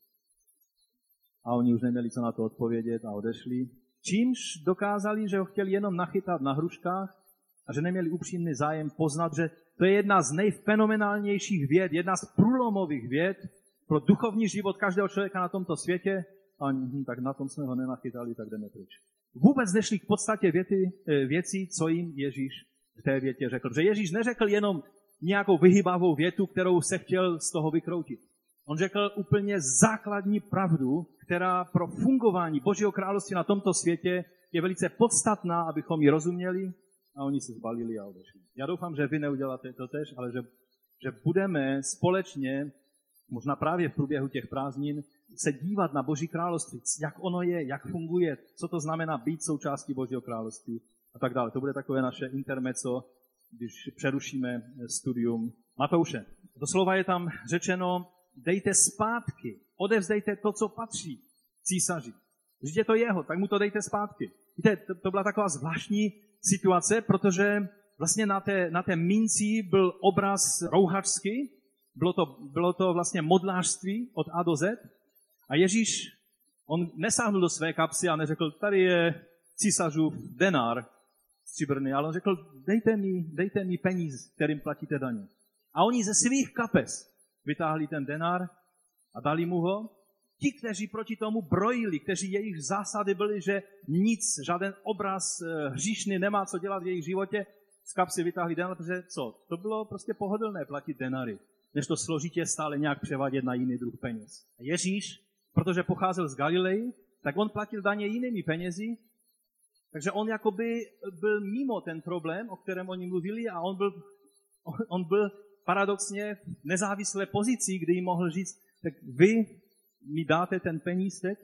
A oni už neměli co na to odpovědět a odešli. Čímž dokázali, že ho chtěli jenom nachytat na hruškách a že neměli upřímný zájem poznat, že to je jedna z nejfenomenálnějších věd, jedna z průlomových věd pro duchovní život každého člověka na tomto světě. A hm, tak na tom jsme ho nenachytali, tak jdeme pryč. Vůbec nešli k podstatě věty, věcí, co jim Ježíš v té větě řekl. Že Ježíš neřekl jenom nějakou vyhybavou větu, kterou se chtěl z toho vykroutit. On řekl úplně základní pravdu, která pro fungování Božího království na tomto světě je velice podstatná, abychom ji rozuměli, a oni se zbalili a odešli. Já doufám, že vy neuděláte to tež, ale že, že budeme společně, možná právě v průběhu těch prázdnin, se dívat na Boží království, jak ono je, jak funguje, co to znamená být součástí Božího království a tak dále. To bude takové naše intermezzo, když přerušíme studium Matouše. Doslova je tam řečeno, dejte zpátky, odevzdejte to, co patří císaři. Když je to jeho, tak mu to dejte zpátky. Víte, to, to byla taková zvláštní situace, protože vlastně na té, na té minci byl obraz rouhačský, bylo to, bylo to vlastně modlářství od A do Z a Ježíš, on nesáhnul do své kapsy a neřekl, tady je císařův denár stříbrný, ale on řekl, dejte mi, dejte mi peníz, kterým platíte daně. A oni ze svých kapes vytáhli ten denár a dali mu ho. Ti, kteří proti tomu brojili, kteří jejich zásady byly, že nic, žádný obraz hříšný nemá co dělat v jejich životě, z kapsy vytáhli denár, protože co? To bylo prostě pohodlné platit denary, než to složitě stále nějak převádět na jiný druh peněz. A Ježíš, protože pocházel z Galileji, tak on platil daně jinými penězi, takže on jakoby byl mimo ten problém, o kterém oni mluvili, a on byl, on byl paradoxně v nezávislé pozici, kdy jim mohl říct, tak vy mi dáte ten peníz teď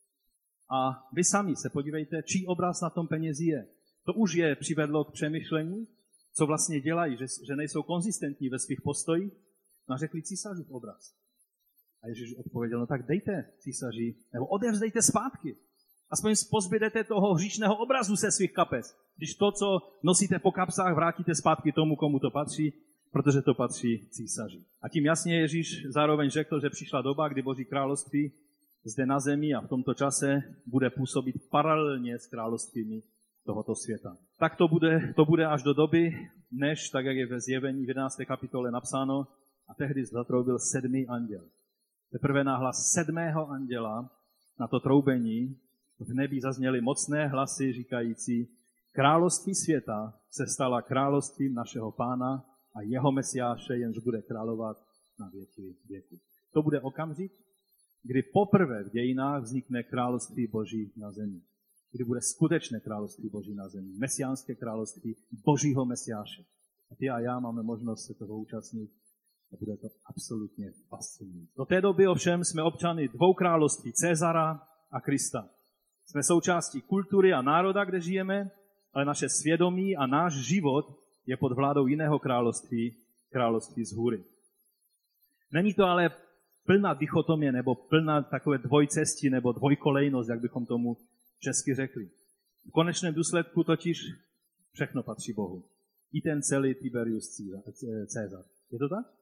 a vy sami se podívejte, čí obraz na tom penězi je. To už je přivedlo k přemýšlení, co vlastně dělají, že, že nejsou konzistentní ve svých postojích. No a řekli císařův obraz. A Ježíš odpověděl, no tak dejte císaři, nebo odevzdejte zpátky. Aspoň pozbydete toho hříšného obrazu se svých kapes. Když to, co nosíte po kapsách, vrátíte zpátky tomu, komu to patří, protože to patří císaři. A tím jasně Ježíš zároveň řekl, že přišla doba, kdy Boží království zde na zemi a v tomto čase bude působit paralelně s královstvími tohoto světa. Tak to bude, to bude až do doby, než, tak jak je ve Zjevení v jedenácté kapitole napsáno, a tehdy zatroubil sedmý anděl. Teprve na hlas sedmého anděla, na to troubení, v nebi zazněly mocné hlasy říkající, království světa se stala královstvím našeho Pána a jeho Mesiáše, jenž bude královat na věky věku. To bude okamžik, kdy poprvé v dějinách vznikne království Boží na zemi. Kdy bude skutečné království Boží na zemi. Mesiánské království Božího Mesiáše. A ty a já máme možnost se toho účastnit a bude to absolutně fascinující. Do té doby ovšem jsme občany dvou království, Cezara a Krista. Jsme součástí kultury a národa, kde žijeme, ale naše svědomí a náš život je pod vládou jiného království, království z hůry. Není to ale plná dichotomie nebo plná takové dvojcesti nebo dvojkolejnost, jak bychom tomu česky řekli. V konečném důsledku totiž všechno patří Bohu. I ten celý Tiberius Cezar. Je to tak?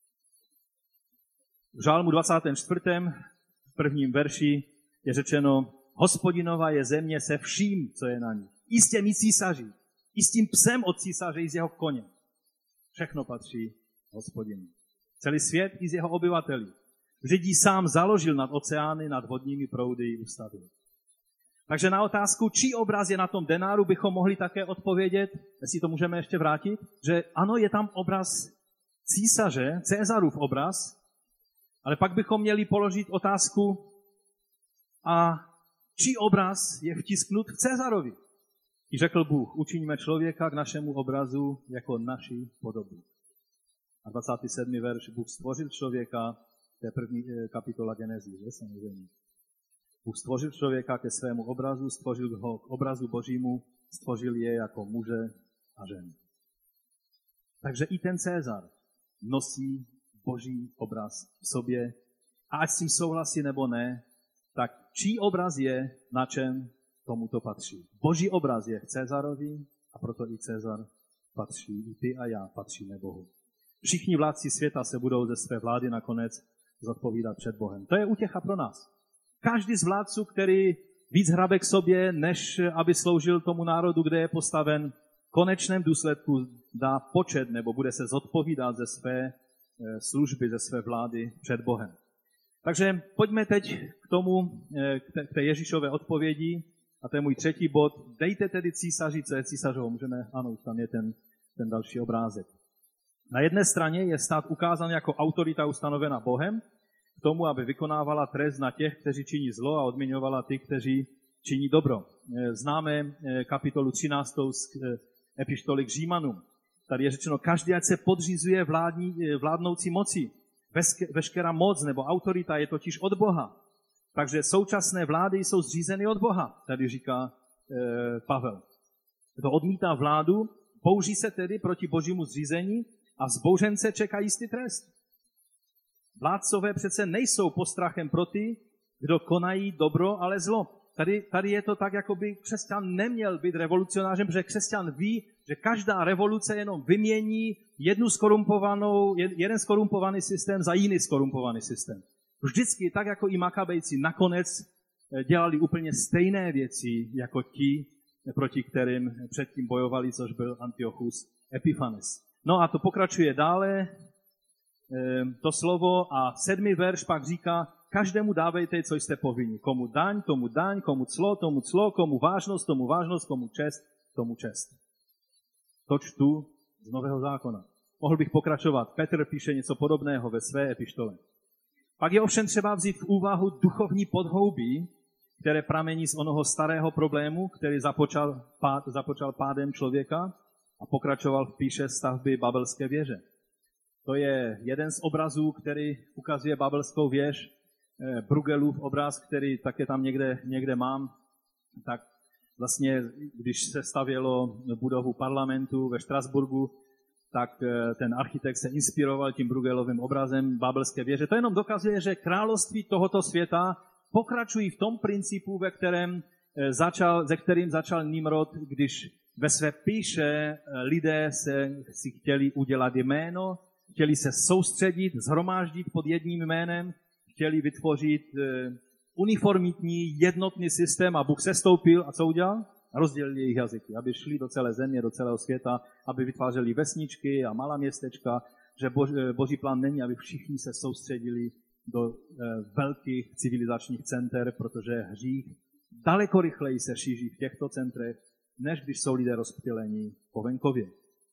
V Žálmu dvacátém čtvrtém v prvním verši je řečeno, Hospodinova je země se vším, co je na ní. I s těmi císaři, i s tím psem od císaře, i z jeho koně. Všechno patří Hospodinu. Celý svět i z jeho obyvateli. Vždyť ji sám založil nad oceány, nad vodními proudy i ustavil. Takže na otázku, čí obraz je na tom denáru, bychom mohli také odpovědět, jestli to můžeme ještě vrátit, že ano, je tam obraz císaře, Cezarův obraz, ale pak bychom měli položit otázku, a čí obraz je vtisknut v Cezarovi? I řekl Bůh, učiňme člověka k našemu obrazu jako naší podobu. A dvacátý sedmý verš, Bůh stvořil člověka, to je první kapitola Genesis, že samozřejmě. Bůh stvořil člověka ke svému obrazu, stvořil ho k obrazu Božímu, stvořil je jako muže a ženu. Takže i ten Cezar nosí Boží obraz v sobě. A ať s tím souhlasí nebo ne, tak čí obraz je na čem tomu to patří. Boží obraz je v Cezarovi a proto i Cezar patří, i ty a já patříme Bohu. Všichni vládci světa se budou ze své vlády nakonec zodpovídat před Bohem. To je útěcha pro nás. Každý z vládců, který víc hrabe k sobě, než aby sloužil tomu národu, kde je postaven, v konečném důsledku dá počet nebo bude se zodpovídat ze své služby, ze své vlády před Bohem. Takže pojďme teď k tomu, k té Ježíšové odpovědi, a to je můj třetí bod. Dejte tedy císaři, co je císařovo. Můžeme, ano, už tam je ten, ten další obrázek. Na jedné straně je stát ukázán jako autorita ustanovená Bohem k tomu, aby vykonávala trest na těch, kteří činí zlo a odměňovala ty, kteří činí dobro. Známe kapitolu třináctou z epištoly k Římanům. Tady je řečeno, každý ať se podřizuje vládní, vládnoucí moci. Veškerá moc nebo autorita je totiž od Boha. Takže současné vlády jsou zřízeny od Boha, tady říká e, Pavel. Kdo odmítá vládu, bouří se tedy proti božímu zřízení a zbouřence čeká jistý trest. Vládcové přece nejsou postrachem pro ty, kdo konají dobro, ale zlo. Tady, tady je to tak, jako by křesťan neměl být revolucionářem, protože křesťan ví, že každá revoluce jenom vymění jednu skorumpovanou, jeden skorumpovaný systém za jiný skorumpovaný systém. Vždycky, tak jako i Makabejci, nakonec dělali úplně stejné věci, jako ti, proti kterým předtím bojovali, což byl Antiochus Epiphanes. No a to pokračuje dále, to slovo, a sedmý verš pak říká, každému dávejte, co jste povinni. Komu daň, tomu daň, komu clo, tomu clo, komu vážnost, tomu vážnost, komu čest, tomu čest. To čtu z Nového zákona. Mohl bych pokračovat. Petr píše něco podobného ve své epištole. Pak je ovšem třeba vzít v úvahu duchovní podhoubí, které pramení z onoho starého problému, který započal, pád, započal pádem člověka a pokračoval v píše stavby babelské věže. To je jeden z obrazů, který ukazuje babelskou věž, Brueggelův obraz, který také tam někde, někde mám. Tak vlastně, když se stavělo budovu parlamentu ve Štrasburgu, tak ten architekt se inspiroval tím Brueggelovým obrazem babelské věže. To jenom dokazuje, že království tohoto světa pokračují v tom principu, ve kterém začal, ze kterým začal Nimrod, když ve své píše lidé se si chtěli udělat jméno, chtěli se soustředit, zhromáždit pod jedním jménem, chtěli vytvořit uniformitní, jednotný systém a Bůh sestoupil a co udělal? Rozdělil jejich jazyky, aby šli do celé země, do celého světa, aby vytvářeli vesničky a malá městečka, že boží plán není, aby všichni se soustředili do velkých civilizačních center, protože hřích daleko rychleji se šíří v těchto centrech, než když jsou lidé rozptylení po venkově.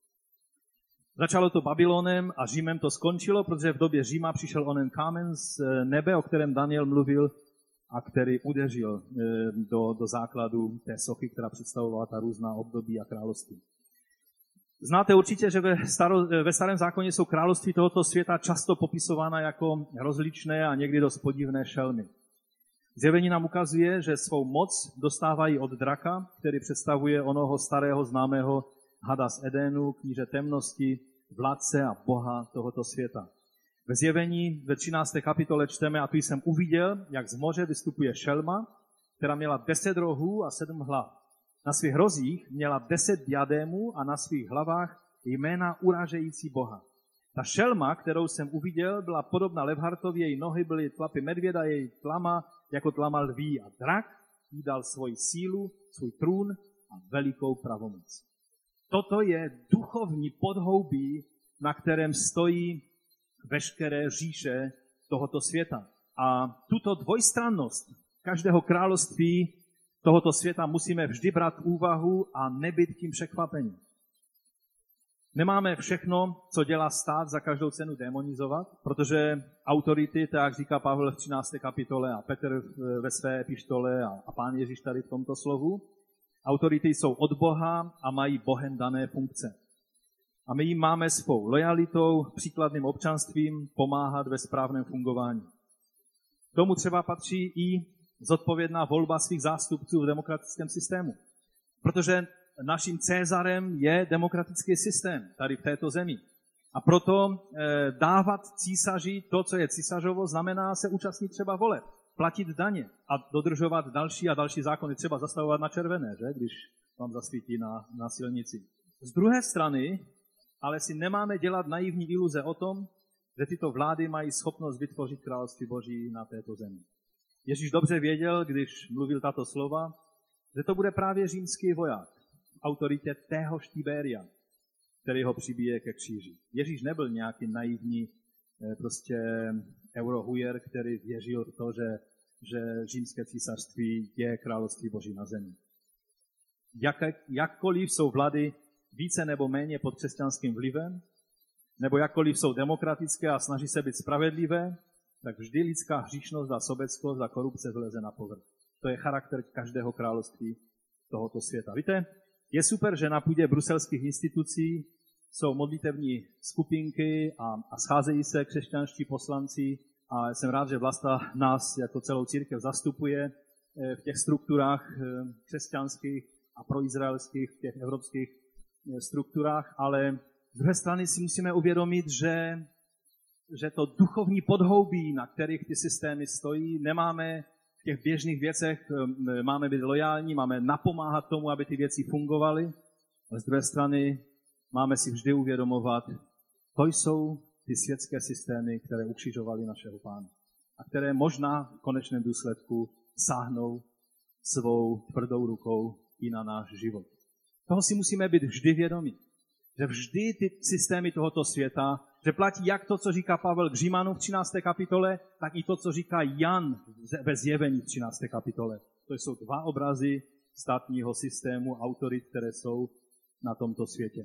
Začalo to Babylonem a Římem to skončilo, protože v době Říma přišel onen kámen z nebe, o kterém Daniel mluvil a který udeřil do, do základu té sochy, která představovala ta různá období a království. Znáte určitě, že ve, staro, ve starém zákoně jsou království tohoto světa často popisována jako rozličné a někdy dost podivné šelmy. Zjevení nám ukazuje, že svou moc dostávají od draka, který představuje onoho starého známého hada z Edenu, kníže temnosti, vládce a boha tohoto světa. Ve Zjevení ve třinácté kapitole čteme, a tu jsem uviděl, jak z moře vystupuje šelma, která měla deset rohů a sedm hlav. Na svých rozích měla deset diadémů a na svých hlavách jména urážející Boha. Ta šelma, kterou jsem uviděl, byla podobná Levhartovi, její nohy byly tlapy medvěda, její tlama jako tlama lví a drak jí dal svoji sílu, svůj trůn a velikou pravomoc. Toto je duchovní podhoubí, na kterém stojí veškeré říše tohoto světa. A tuto dvojstrannost každého království tohoto světa musíme vždy brát v úvahu a nebyt tím překvapení. Nemáme všechno, co dělá stát, za každou cenu demonizovat, protože autority, tak jak říká Pavel v třinácté kapitole a Petr ve své epištole a, a Pán Ježíš tady v tomto slovu, autority jsou od Boha a mají Bohem dané funkce. A my jim máme svou lojalitou, příkladným občanstvím pomáhat ve správném fungování. K tomu třeba patří i zodpovědná volba svých zástupců v demokratickém systému. Protože naším Cezarem je demokratický systém tady v této zemi. A proto e, dávat císaři to, co je císařovo, znamená se účastnit třeba voleb. platit daně a dodržovat další a další zákony, třeba zastavovat na červené, že? Když vám zasvítí na, na silnici. Z druhé strany, ale si nemáme dělat naivní iluze o tom, že tyto vlády mají schopnost vytvořit království Boží na této zemi. Ježíš dobře věděl, když mluvil tato slova, že to bude právě římský voják v autoritě téhož Tiberia, který ho přibíje ke kříži. Ježíš nebyl nějaký naivní prostě eurohujer, který věřil v to, že, že římské císařství je království Boží na zemi. Jak, jakkoliv jsou vlády více nebo méně pod křesťanským vlivem, nebo jakkoliv jsou demokratické a snaží se být spravedlivé, tak vždy lidská hříšnost a sobeckost a korupce vyleze na povrch. To je charakter každého království tohoto světa. Víte, je super, že na půdě bruselských institucí jsou modlitevní skupinky a, a scházejí se křesťanští poslanci a jsem rád, že Vlasta nás jako celou církev zastupuje v těch strukturách křesťanských a proizraelských, v těch evropských strukturách, ale z druhé strany si musíme uvědomit, že, že to duchovní podhoubí, na kterých ty systémy stojí, nemáme v těch běžných věcech, máme být lojální, máme napomáhat tomu, aby ty věci fungovaly, ale z druhé strany máme si vždy uvědomovat, to jsou ty světské systémy, které ukřižovaly našeho Pána a které možná v konečném důsledku sáhnou svou tvrdou rukou i na náš život. Toho si musíme být vždy vědomí, že vždy ty systémy tohoto světa, že platí jak to, co říká Pavel k Římanům v třinácté kapitole, tak i to, co říká Jan ve Zjevení v třinácté kapitole. To jsou dva obrazy státního systému, autorit, které jsou na tomto světě.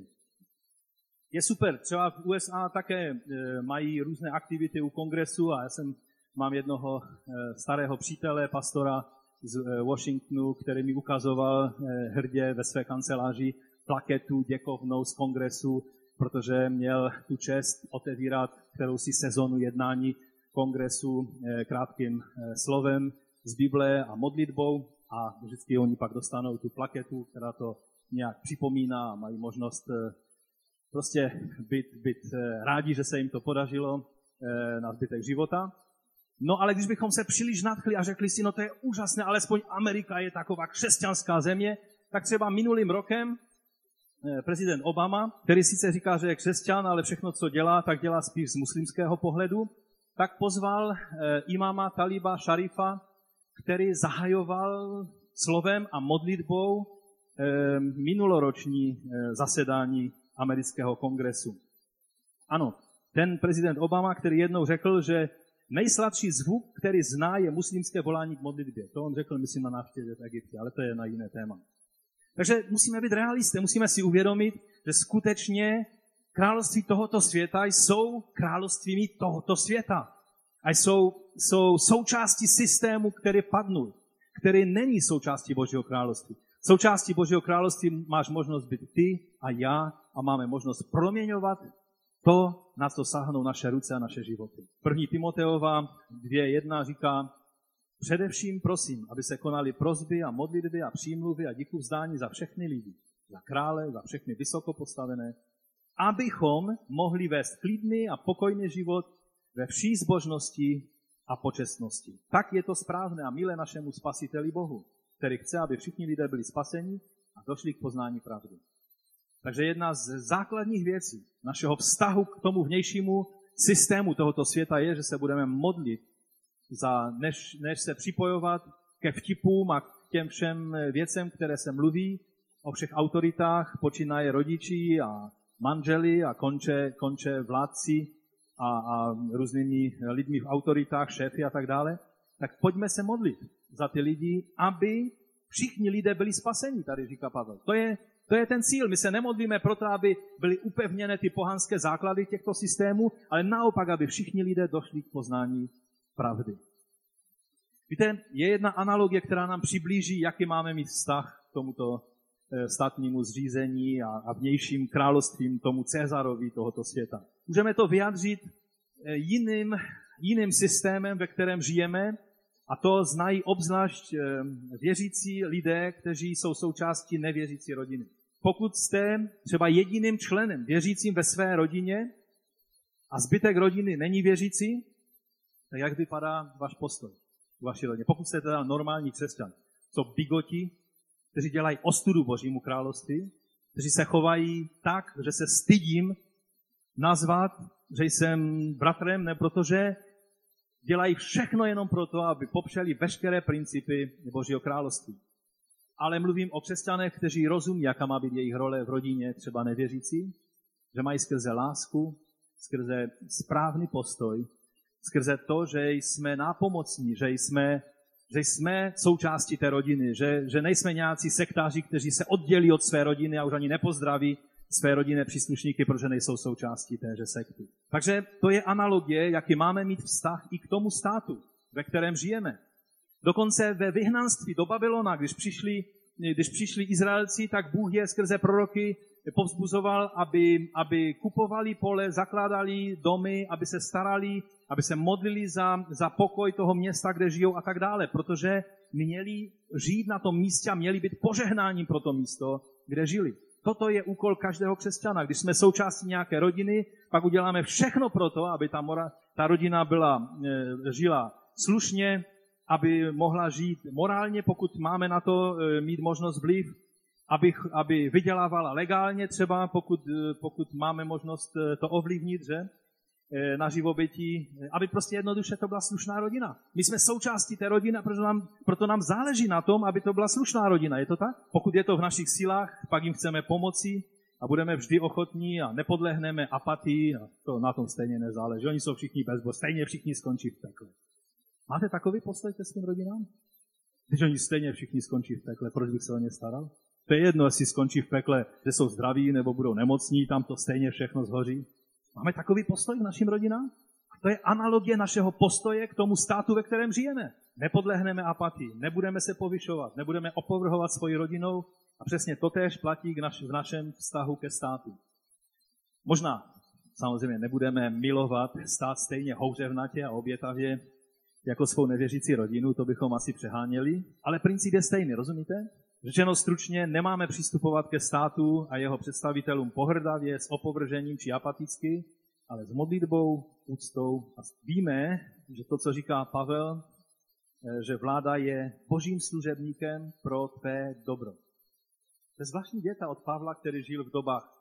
Je super, třeba v U S A také mají různé aktivity u kongresu a já jsem, mám jednoho starého přítele, pastora z Washingtonu, který mi ukazoval hrdě ve své kanceláři plaketu děkovnou z kongresu, protože měl tu čest otevírat kterousi sezonu jednání kongresu krátkým slovem z Bible a modlitbou a vždycky oni pak dostanou tu plaketu, která to nějak připomíná a mají možnost prostě být, být rádi, že se jim to podařilo na zbytek života. No ale když bychom se příliš nadchli a řekli si, no to je úžasné, alespoň Amerika je taková křesťanská země, tak třeba minulým rokem prezident Obama, který sice říká, že je křesťan, ale všechno, co dělá, tak dělá spíš z muslimského pohledu, tak pozval imáma Taliba Šarifa, který zahajoval slovem a modlitbou minuloroční zasedání amerického kongresu. Ano, ten prezident Obama, který jednou řekl, že nejsladší zvuk, který zná, je muslimské volání k modlitbě. To on řekl, myslím, na návštěvě v Egyptě, ale to je na jiné téma. Takže musíme být realisté, musíme si uvědomit, že skutečně království tohoto světa jsou královstvími tohoto světa. A jsou, jsou součástí systému, který padnul, který není součástí Božího království. Součástí Božího království máš možnost být ty a já a máme možnost proměňovat to, na co sáhnou naše ruce a naše životy. První Timoteova dvě jedna říká, především prosím, aby se konaly prosby a modlitby a přímluvy a díku vzdání za všechny lidi, za krále, za všechny vysoko postavené, abychom mohli vést klidný a pokojný život ve vší zbožnosti a počestnosti. Tak je to správné a milé našemu Spasiteli Bohu, který chce, aby všichni lidé byli spaseni a došli k poznání pravdy. Takže jedna z základních věcí našeho vztahu k tomu vnějšímu systému tohoto světa je, že se budeme modlit, za, než, než se připojovat ke vtipům a k těm všem věcem, které se mluví o všech autoritách, počínaje rodiči a manželi a konče, konče vládci a, a různými lidmi v autoritách, šéfy a tak dále, tak pojďme se modlit za ty lidi, aby všichni lidé byli spaseni, tady říká Pavel. To je, to je ten cíl. My se nemodlíme proto, aby byly upevněné ty pohanské základy těchto systémů, ale naopak, aby všichni lidé došli k poznání pravdy. Víte, je jedna analogie, která nám přiblíží, jaký máme mít vztah k tomuto státnímu zřízení a, a vnějším královstvím, tomu Cezarovi tohoto světa. Můžeme to vyjádřit jiným, jiným systémem, ve kterém žijeme, a to znají obzvlášť věřící lidé, kteří jsou součástí nevěřící rodiny. Pokud jste třeba jediným členem věřícím ve své rodině a zbytek rodiny není věřící, tak jak vypadá váš postoj v vaší rodině. Pokud jste teda normální křesťan, jsou bigoti, kteří dělají ostudu Božímu království, kteří se chovají tak, že se stydím nazvat, že jsem bratrem, ne protože dělají všechno jenom proto, aby popřeli veškeré principy Božího království. Ale mluvím o křesťanech, kteří rozumí, jaká má být jejich role v rodině, třeba nevěřící, že mají skrze lásku, skrze správný postoj, skrze to, že jsme nápomocní, že jsme, že jsme součástí té rodiny, že, že nejsme nějací sektáři, kteří se oddělí od své rodiny a už ani nepozdraví své rodinné příslušníky, protože nejsou součástí téže sekty. Takže to je analogie, jaký máme mít vztah i k tomu státu, ve kterém žijeme. Dokonce ve vyhnanství do Babylona, když přišli, když přišli Izraelci, tak Bůh je skrze proroky povzbuzoval, aby, aby kupovali pole, zakládali domy, aby se starali, aby se modlili za, za pokoj toho města, kde žijou a tak dále, protože měli žít na tom místě a měli být požehnáním pro to místo, kde žili. Toto je úkol každého křesťana. Když jsme součástí nějaké rodiny, pak uděláme všechno pro to, aby ta, mora, ta rodina byla, e, žila slušně, aby mohla žít morálně, pokud máme na to e, mít možnost vliv, aby, aby vydělávala legálně třeba, pokud, e, pokud máme možnost to ovlivnit, že? E, na živobytí, aby prostě jednoduše to byla slušná rodina. My jsme součástí té rodiny, proto nám, proto nám záleží na tom, aby to byla slušná rodina. Je to tak? Pokud je to v našich silách, pak jim chceme pomoci a budeme vždy ochotní a nepodlehneme apatii a to na tom stejně nezáleží. Oni jsou všichni bezbo, stejně všichni skončí v pekle. Máte takový postoj ke svým rodinám? Když oni stejně všichni skončí v pekle, proč bych se o ně staral? To je jedno, jestli skončí v pekle, že jsou zdraví nebo budou nemocní, tam to stejně všechno zhoří. Máme takový postoj k našim rodinám? A to je analogie našeho postoje k tomu státu, ve kterém žijeme. Nepodlehneme apatii, nebudeme se povyšovat, nebudeme opovrhovat svoji rodinou a přesně totéž platí k naš, v našem vztahu ke státu. Možná samozřejmě nebudeme milovat stát stejně houřevnatě a obětavě jako svou nevěřící rodinu, to bychom asi přeháněli, ale princip je stejný, rozumíte? Řečeno stručně, nemáme přistupovat ke státu a jeho představitelům pohrdavě, s opovržením či apaticky, ale s modlitbou, úctou. A víme, že to, co říká Pavel, že vláda je božím služebníkem pro tvé dobro. To je zvláštní věta od Pavla, který žil v dobách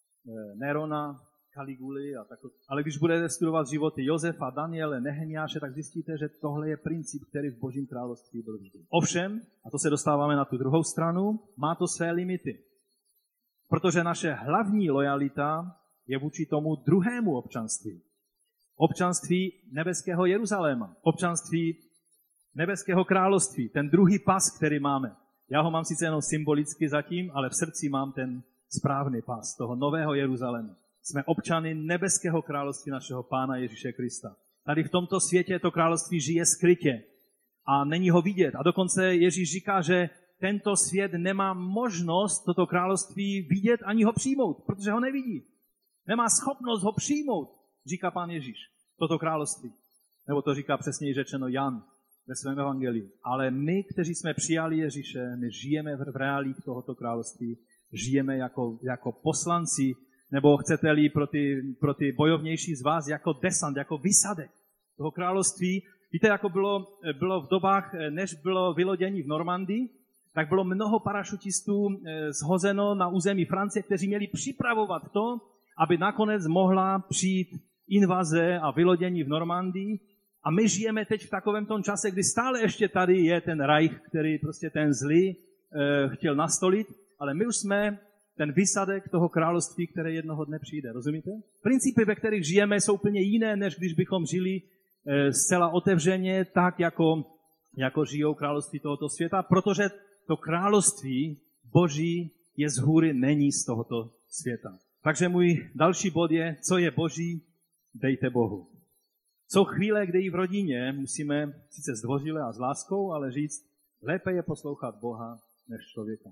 Nerona, Kaliguly a tak. Ale když budete studovat životy Josefa, Daniele, Nehemiáše, tak zjistíte, že tohle je princip, který v Božím království byl vždy. Ovšem, a to se dostáváme na tu druhou stranu, má to své limity. Protože naše hlavní lojalita je vůči tomu druhému občanství. Občanství nebeského Jeruzaléma. Občanství nebeského království. Ten druhý pas, který máme. Já ho mám sice jenom symbolicky zatím, ale v srdci mám ten správný pas toho nového Jeruzaléma. Jsme občany nebeského království našeho Pána Ježíše Krista. Tady v tomto světě to království žije skrytě a není ho vidět. A dokonce Ježíš říká, že tento svět nemá možnost toto království vidět ani ho přijmout, protože ho nevidí. Nemá schopnost ho přijmout, říká Pán Ježíš, toto království. Nebo to říká přesněji řečeno Jan ve svém evangeliu. Ale my, kteří jsme přijali Ježíše, my žijeme v reálích tohoto království, žijeme jako, jako poslanci, nebo chcete-li pro ty, pro ty bojovnější z vás jako desant, jako výsadek toho království. Víte, jako bylo, bylo v dobách, než bylo vylodění v Normandii, tak bylo mnoho parašutistů shozeno na území Francie, kteří měli připravovat to, aby nakonec mohla přijít invaze a vylodění v Normandii. A my žijeme teď v takovém tom čase, kdy stále ještě tady je ten Reich, který prostě ten zlý eh, chtěl nastolit, ale my už jsme ten výsadek toho království, které jednoho dne přijde. Rozumíte? Principy, ve kterých žijeme, jsou úplně jiné, než když bychom žili e, zcela otevřeně, tak jako, jako žijou království tohoto světa, protože to království Boží je z hůry, není z tohoto světa. Takže můj další bod je, co je Boží, dejte Bohu. Jsou chvíle, kdy i v rodině musíme sice zdvořile a s láskou, ale říct, lépe je poslouchat Boha než člověka.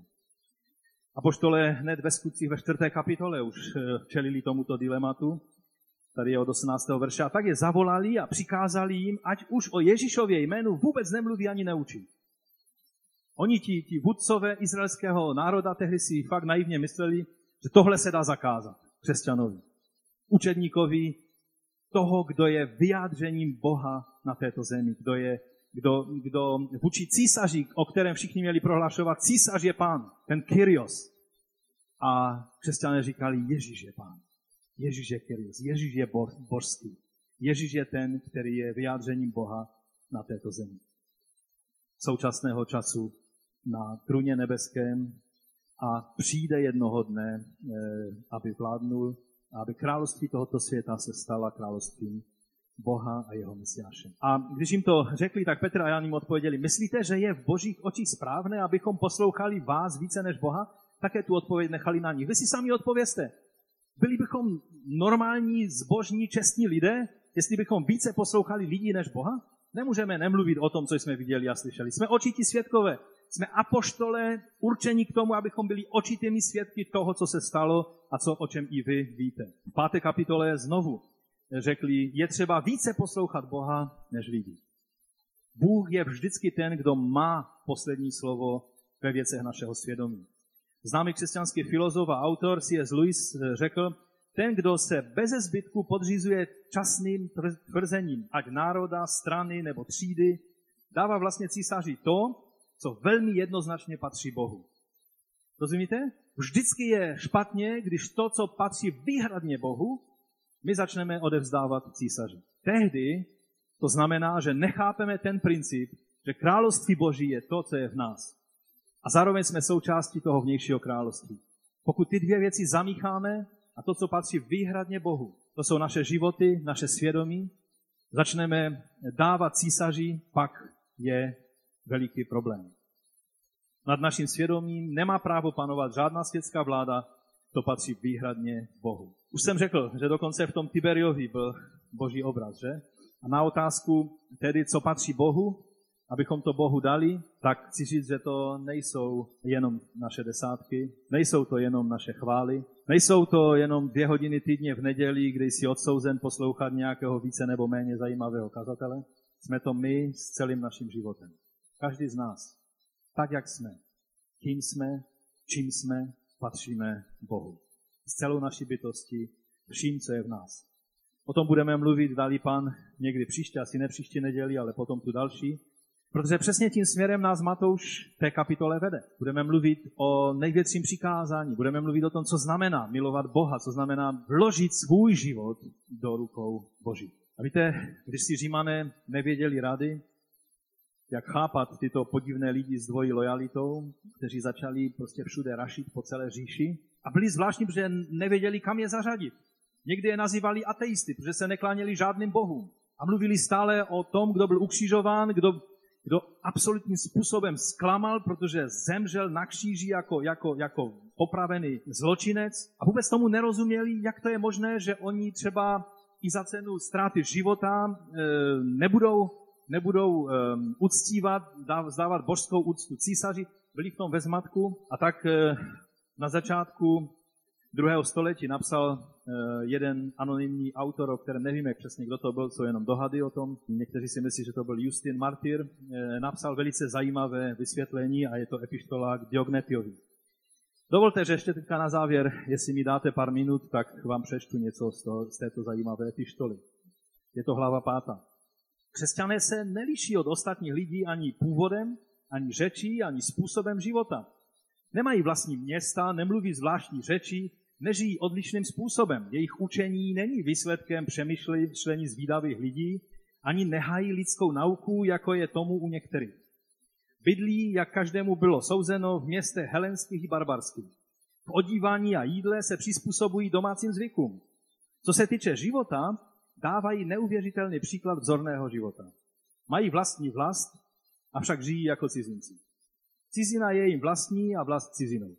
Apoštole hned ve Skutcích ve čtvrté kapitole už čelili tomuto dilematu. Tady je od osmnáctého verše. A tak je zavolali a přikázali jim, ať už o Ježíšově jménu vůbec nemluví ani neučí. Oni, ti, ti vůdcové izraelského národa, tehdy si fakt naivně mysleli, že tohle se dá zakázat křesťanovi. Učedníkovi toho, kdo je vyjádřením Boha na této zemi, kdo je kdo, kdo vůči císaři, o kterém všichni měli prohlašovat, císař je pán, ten Kyrios. A křesťané říkali, Ježíš je pán, Ježíš je Kyrios, Ježíš je bo, božský. Ježíš je ten, který je vyjádřením Boha na této zemi. Současného času na trůně nebeském a přijde jednoho dne, aby vládnul, aby království tohoto světa se stala královstvím Boha a jeho Mesiášem. A když jim to řekli, tak Petr a Jan jim odpověděli, myslíte, že je v božích očích správné, abychom poslouchali vás více než Boha? Také tu odpověď nechali na nich. Vy si sami odpovězte. Byli bychom normální, zbožní, čestní lidé, jestli bychom více poslouchali lidí než Boha? Nemůžeme nemluvit o tom, co jsme viděli a slyšeli. Jsme očití svědkové. Jsme apoštole určení k tomu, abychom byli očitými svědky toho, co se stalo a co, o čem i vy víte. V páté kapitole znovu řekli, je třeba více poslouchat Boha než lidi. Bůh je vždycky ten, kdo má poslední slovo ve věcech našeho svědomí. Známý křesťanský filozof a autor C S Lewis řekl, ten, kdo se beze zbytku podřizuje časným tvrzením, ať národa, strany nebo třídy, dává vlastně císaři to, co velmi jednoznačně patří Bohu. Rozumíte? Vždycky je špatně, když to, co patří výhradně Bohu, my začneme odevzdávat císaři. Tehdy to znamená, že nechápeme ten princip, že království Boží je to, co je v nás. A zároveň jsme součástí toho vnějšího království. Pokud ty dvě věci zamícháme a to, co patří výhradně Bohu, to jsou naše životy, naše svědomí, začneme dávat císaři, pak je veliký problém. Nad naším svědomím nemá právo panovat žádná světská vláda, to patří výhradně Bohu. Už jsem řekl, že dokonce v tom Tiberiovi byl boží obraz, že? A na otázku tedy, co patří Bohu, abychom to Bohu dali, tak chci říct, že to nejsou jenom naše desátky, nejsou to jenom naše chvály, nejsou to jenom dvě hodiny týdně v neděli, kdy jsi odsouzen poslouchat nějakého více nebo méně zajímavého kazatele. Jsme to my s celým naším životem. Každý z nás, tak jak jsme, kým jsme, čím jsme, patříme Bohu. S celou naší bytostí, vším, co je v nás. O tom budeme mluvit, dali Pan někdy příště, asi ne příští neděli, ale potom tu další. Protože přesně tím směrem nás Matouš v té kapitole vede. Budeme mluvit o největším přikázání, budeme mluvit o tom, co znamená milovat Boha, co znamená vložit svůj život do rukou Boží. A víte, když si Římané nevěděli rady, jak chápat tyto podivné lidi s dvojí lojalitou, kteří začali prostě všude rašit po celé říši a byli zvláštní, protože nevěděli, kam je zařadit. Někdy je nazývali ateisty, protože se nekláněli žádným bohům a mluvili stále o tom, kdo byl ukřižován, kdo, kdo absolutním způsobem zklamal, protože zemřel na kříži jako, jako, jako popravený zločinec a vůbec tomu nerozuměli, jak to je možné, že oni třeba i za cenu ztráty života e, nebudou nebudou um, uctívat, vzdávat božskou úctu císaři, byli v tom ve zmatku a tak uh, na začátku druhého století napsal uh, jeden anonymní autor, o kterém nevíme přesně, kdo to byl, co jenom dohady o tom. Někteří si myslí, že to byl Justin Martyr. Uh, napsal velice zajímavé vysvětlení a je to epištola k Diognetiovi. Dovolte, že ještě teďka na závěr, jestli mi dáte pár minut, tak vám přečtu něco z, toho, z této zajímavé epištoly. Je to hlava pátá. Křesťané se neliší od ostatních lidí ani původem, ani řečí, ani způsobem života. Nemají vlastní města, nemluví zvláštní řeči, nežijí odlišným způsobem. Jejich učení není výsledkem přemýšlení zvídavých lidí, ani nehají lidskou nauku, jako je tomu u některých. Bydlí, jak každému bylo souzeno, v městech helenských i barbarských. V odívání a jídle se přizpůsobují domácím zvykům. Co se týče života, dávají neuvěřitelný příklad vzorného života. Mají vlastní vlast, avšak žijí jako cizinci. Cizina je jim vlastní a vlast cizinou.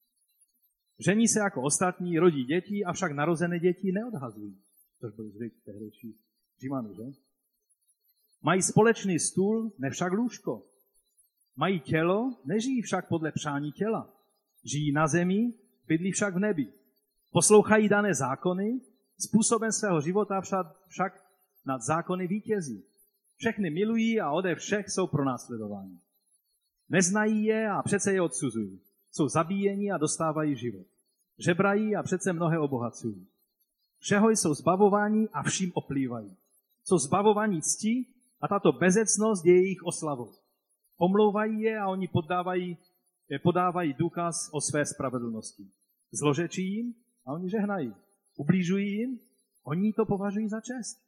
Žení se jako ostatní, rodí děti, avšak narozené děti neodhazují. Což byl zvyk tehdejších Římanů, že? Mají společný stůl, ne však lůžko. Mají tělo, nežijí však podle přání těla. Žijí na zemi, bydlí však v nebi. Poslouchají dané zákony, způsobem svého života však nad zákony vítězí. Všechny milují a ode všech jsou pronásledováni. Neznají je a přece je odsuzují. Jsou zabíjeni a dostávají život. Žebrají a přece mnohé obohacují. Všeho jsou zbavováni a vším oplývají. Jsou zbavováni cti A tato bezecnost je jejich oslavou. Omlouvají je a oni podávají, podávají důkaz o své spravedlnosti. Zlořečí jim a oni žehnají. Ublížují jim, oni to považují za čest.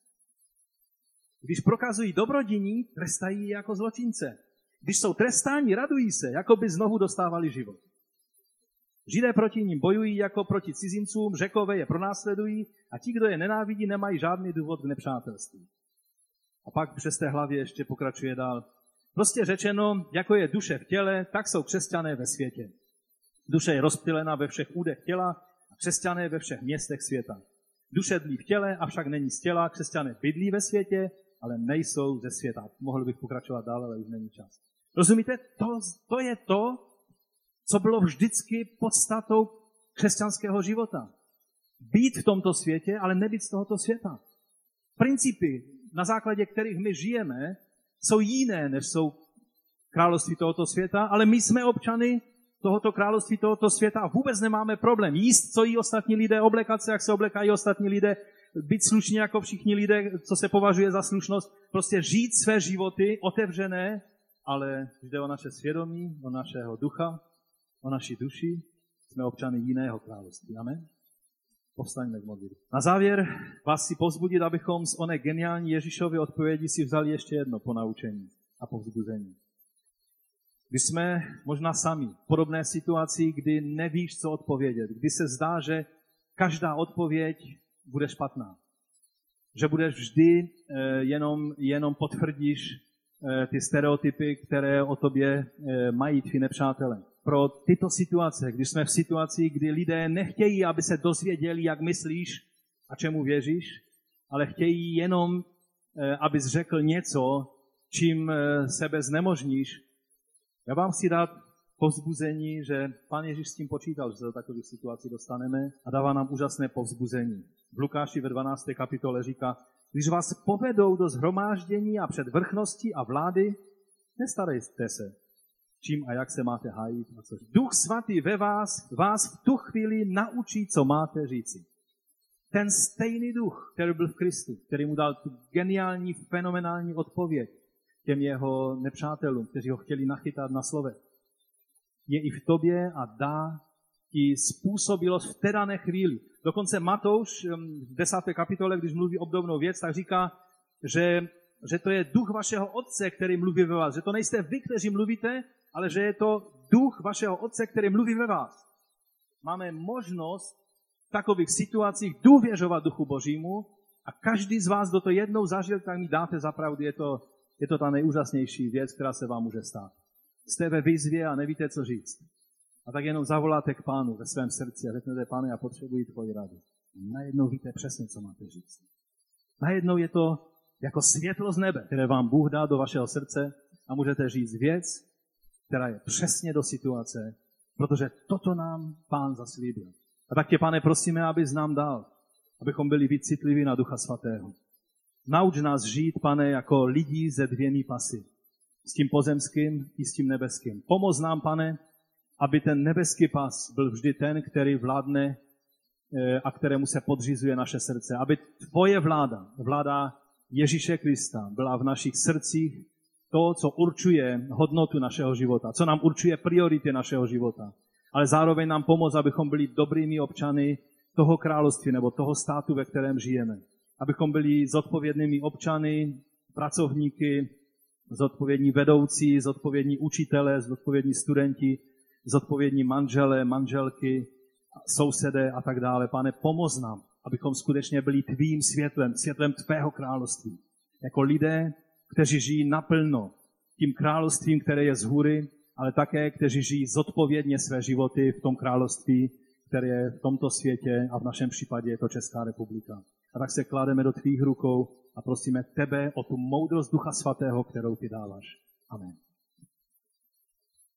Když prokazují dobrodiní, trestají je jako zločince. Když jsou trestáni, radují se, jako by znovu dostávali život. Židé proti nim bojují jako proti cizincům, Řekové je pronásledují a ti, kdo je nenávidí, nemají žádný důvod k nepřátelství. A pak přes té hlavě ještě pokračuje dál. Prostě řečeno, jako je duše v těle, tak jsou křesťané ve světě. Duše je rozptylena ve všech údech těla a křesťané ve všech městech světa. Duše dlí v těle, avšak není z těla, křesťané bydlí ve světě, ale nejsou ze světa. Mohl bych pokračovat dál, ale už není čas. Rozumíte? To, to je to, co bylo vždycky podstatou křesťanského života. Být v tomto světě, ale nebýt z tohoto světa. Principy, na základě kterých my žijeme, jsou jiné, než jsou království tohoto světa, ale my jsme občany tohoto království tohoto světa a vůbec nemáme problém jíst, co jí ostatní lidé, oblékat se, jak se oblekají ostatní lidé, být slušní jako všichni lidé, co se považuje za slušnost, prostě žít své životy otevřené, ale jde o naše svědomí, o našeho ducha, o naší duši, jsme občany jiného království. Amen. Povstaňme k modlitbě. Na závěr vás si povzbudit, abychom z oné geniální Ježíšovy odpovědi si vzali ještě jedno ponaučení a povzbuzení. Když jsme možná sami v podobné situaci, kdy nevíš, co odpovědět, kdy se zdá, že každá odpověď bude špatná, že budeš vždy jenom, jenom potvrdíš ty stereotypy, které o tobě mají tví nepřátelé. Pro tyto situace, když jsme v situaci, kdy lidé nechtějí, aby se dozvěděli, jak myslíš a čemu věříš, ale chtějí jenom, abys řekl něco, čím sebe znemožníš. Já vám chci dát povzbuzení, že Pán Ježíš s tím počítal, že se do takových situací dostaneme a dává nám úžasné povzbuzení. V Lukáši ve dvanácté kapitole říká, když vás povedou do shromáždění a před vrchností a vlády, nestarejte se, čím a jak se máte hájit. A což Duch Svatý ve vás, vás v tu chvíli naučí, co máte říci. Ten stejný duch, který byl v Kristu, který mu dal tu geniální, fenomenální odpověď těm jeho nepřátelům, kteří ho chtěli nachytat na slovech, je i v tobě a dá ti způsobilost v té dané chvíli. Dokonce Matouš v desáté kapitole, když mluví obdobnou věc, tak říká, že, že to je duch vašeho otce, který mluví ve vás. Že to nejste vy, kteří mluvíte, ale že je to duch vašeho otce, který mluví ve vás. Máme možnost v takových situacích důvěřovat duchu Božímu a každý z vás, kdo to jednou zažil, tak mi dáte za pravdu, je to, je to ta nejúžasnější věc, která se vám může stát. Jste ve výzvě a nevíte, co říct. A tak jenom zavoláte k Pánu ve svém srdci a řeknete, Pane, já potřebuji tvoji radu. A najednou víte přesně, co máte říct. Najednou je to jako světlo z nebe, které vám Bůh dá do vašeho srdce a můžete říct věc, která je přesně do situace, protože toto nám Pán zaslíbil. A tak tě, Pane, prosíme, abys nám dal, abychom byli víc citliví na Ducha Svatého. Nauč nás žít, Pane, jako lidí ze dvěmi pasy. S tím pozemským i s tím nebeským. Pomoz nám, Pane, aby ten nebeský pas byl vždy ten, který vládne a kterému se podřizuje naše srdce. Aby tvoje vláda, vláda Ježíše Krista, byla v našich srdcích to, co určuje hodnotu našeho života, co nám určuje priority našeho života. Ale zároveň nám pomoct, abychom byli dobrými občany toho království nebo toho státu, ve kterém žijeme. Abychom byli zodpovědnými občany, pracovníky, zodpovědní vedoucí, zodpovědní učitelé, zodpovědní studenti, zodpovědní manželé, manželky, sousedé a tak dále. Pane, pomoz nám, abychom skutečně byli tvým světlem, světlem tvého království. Jako lidé, kteří žijí naplno tím královstvím, které je z hůry, ale také, kteří žijí zodpovědně své životy v tom království, které je v tomto světě a v našem případě je to Česká republika. A tak se kládeme do tvých rukou a prosíme tebe o tu moudrost Ducha Svatého, kterou ty dáváš. Amen.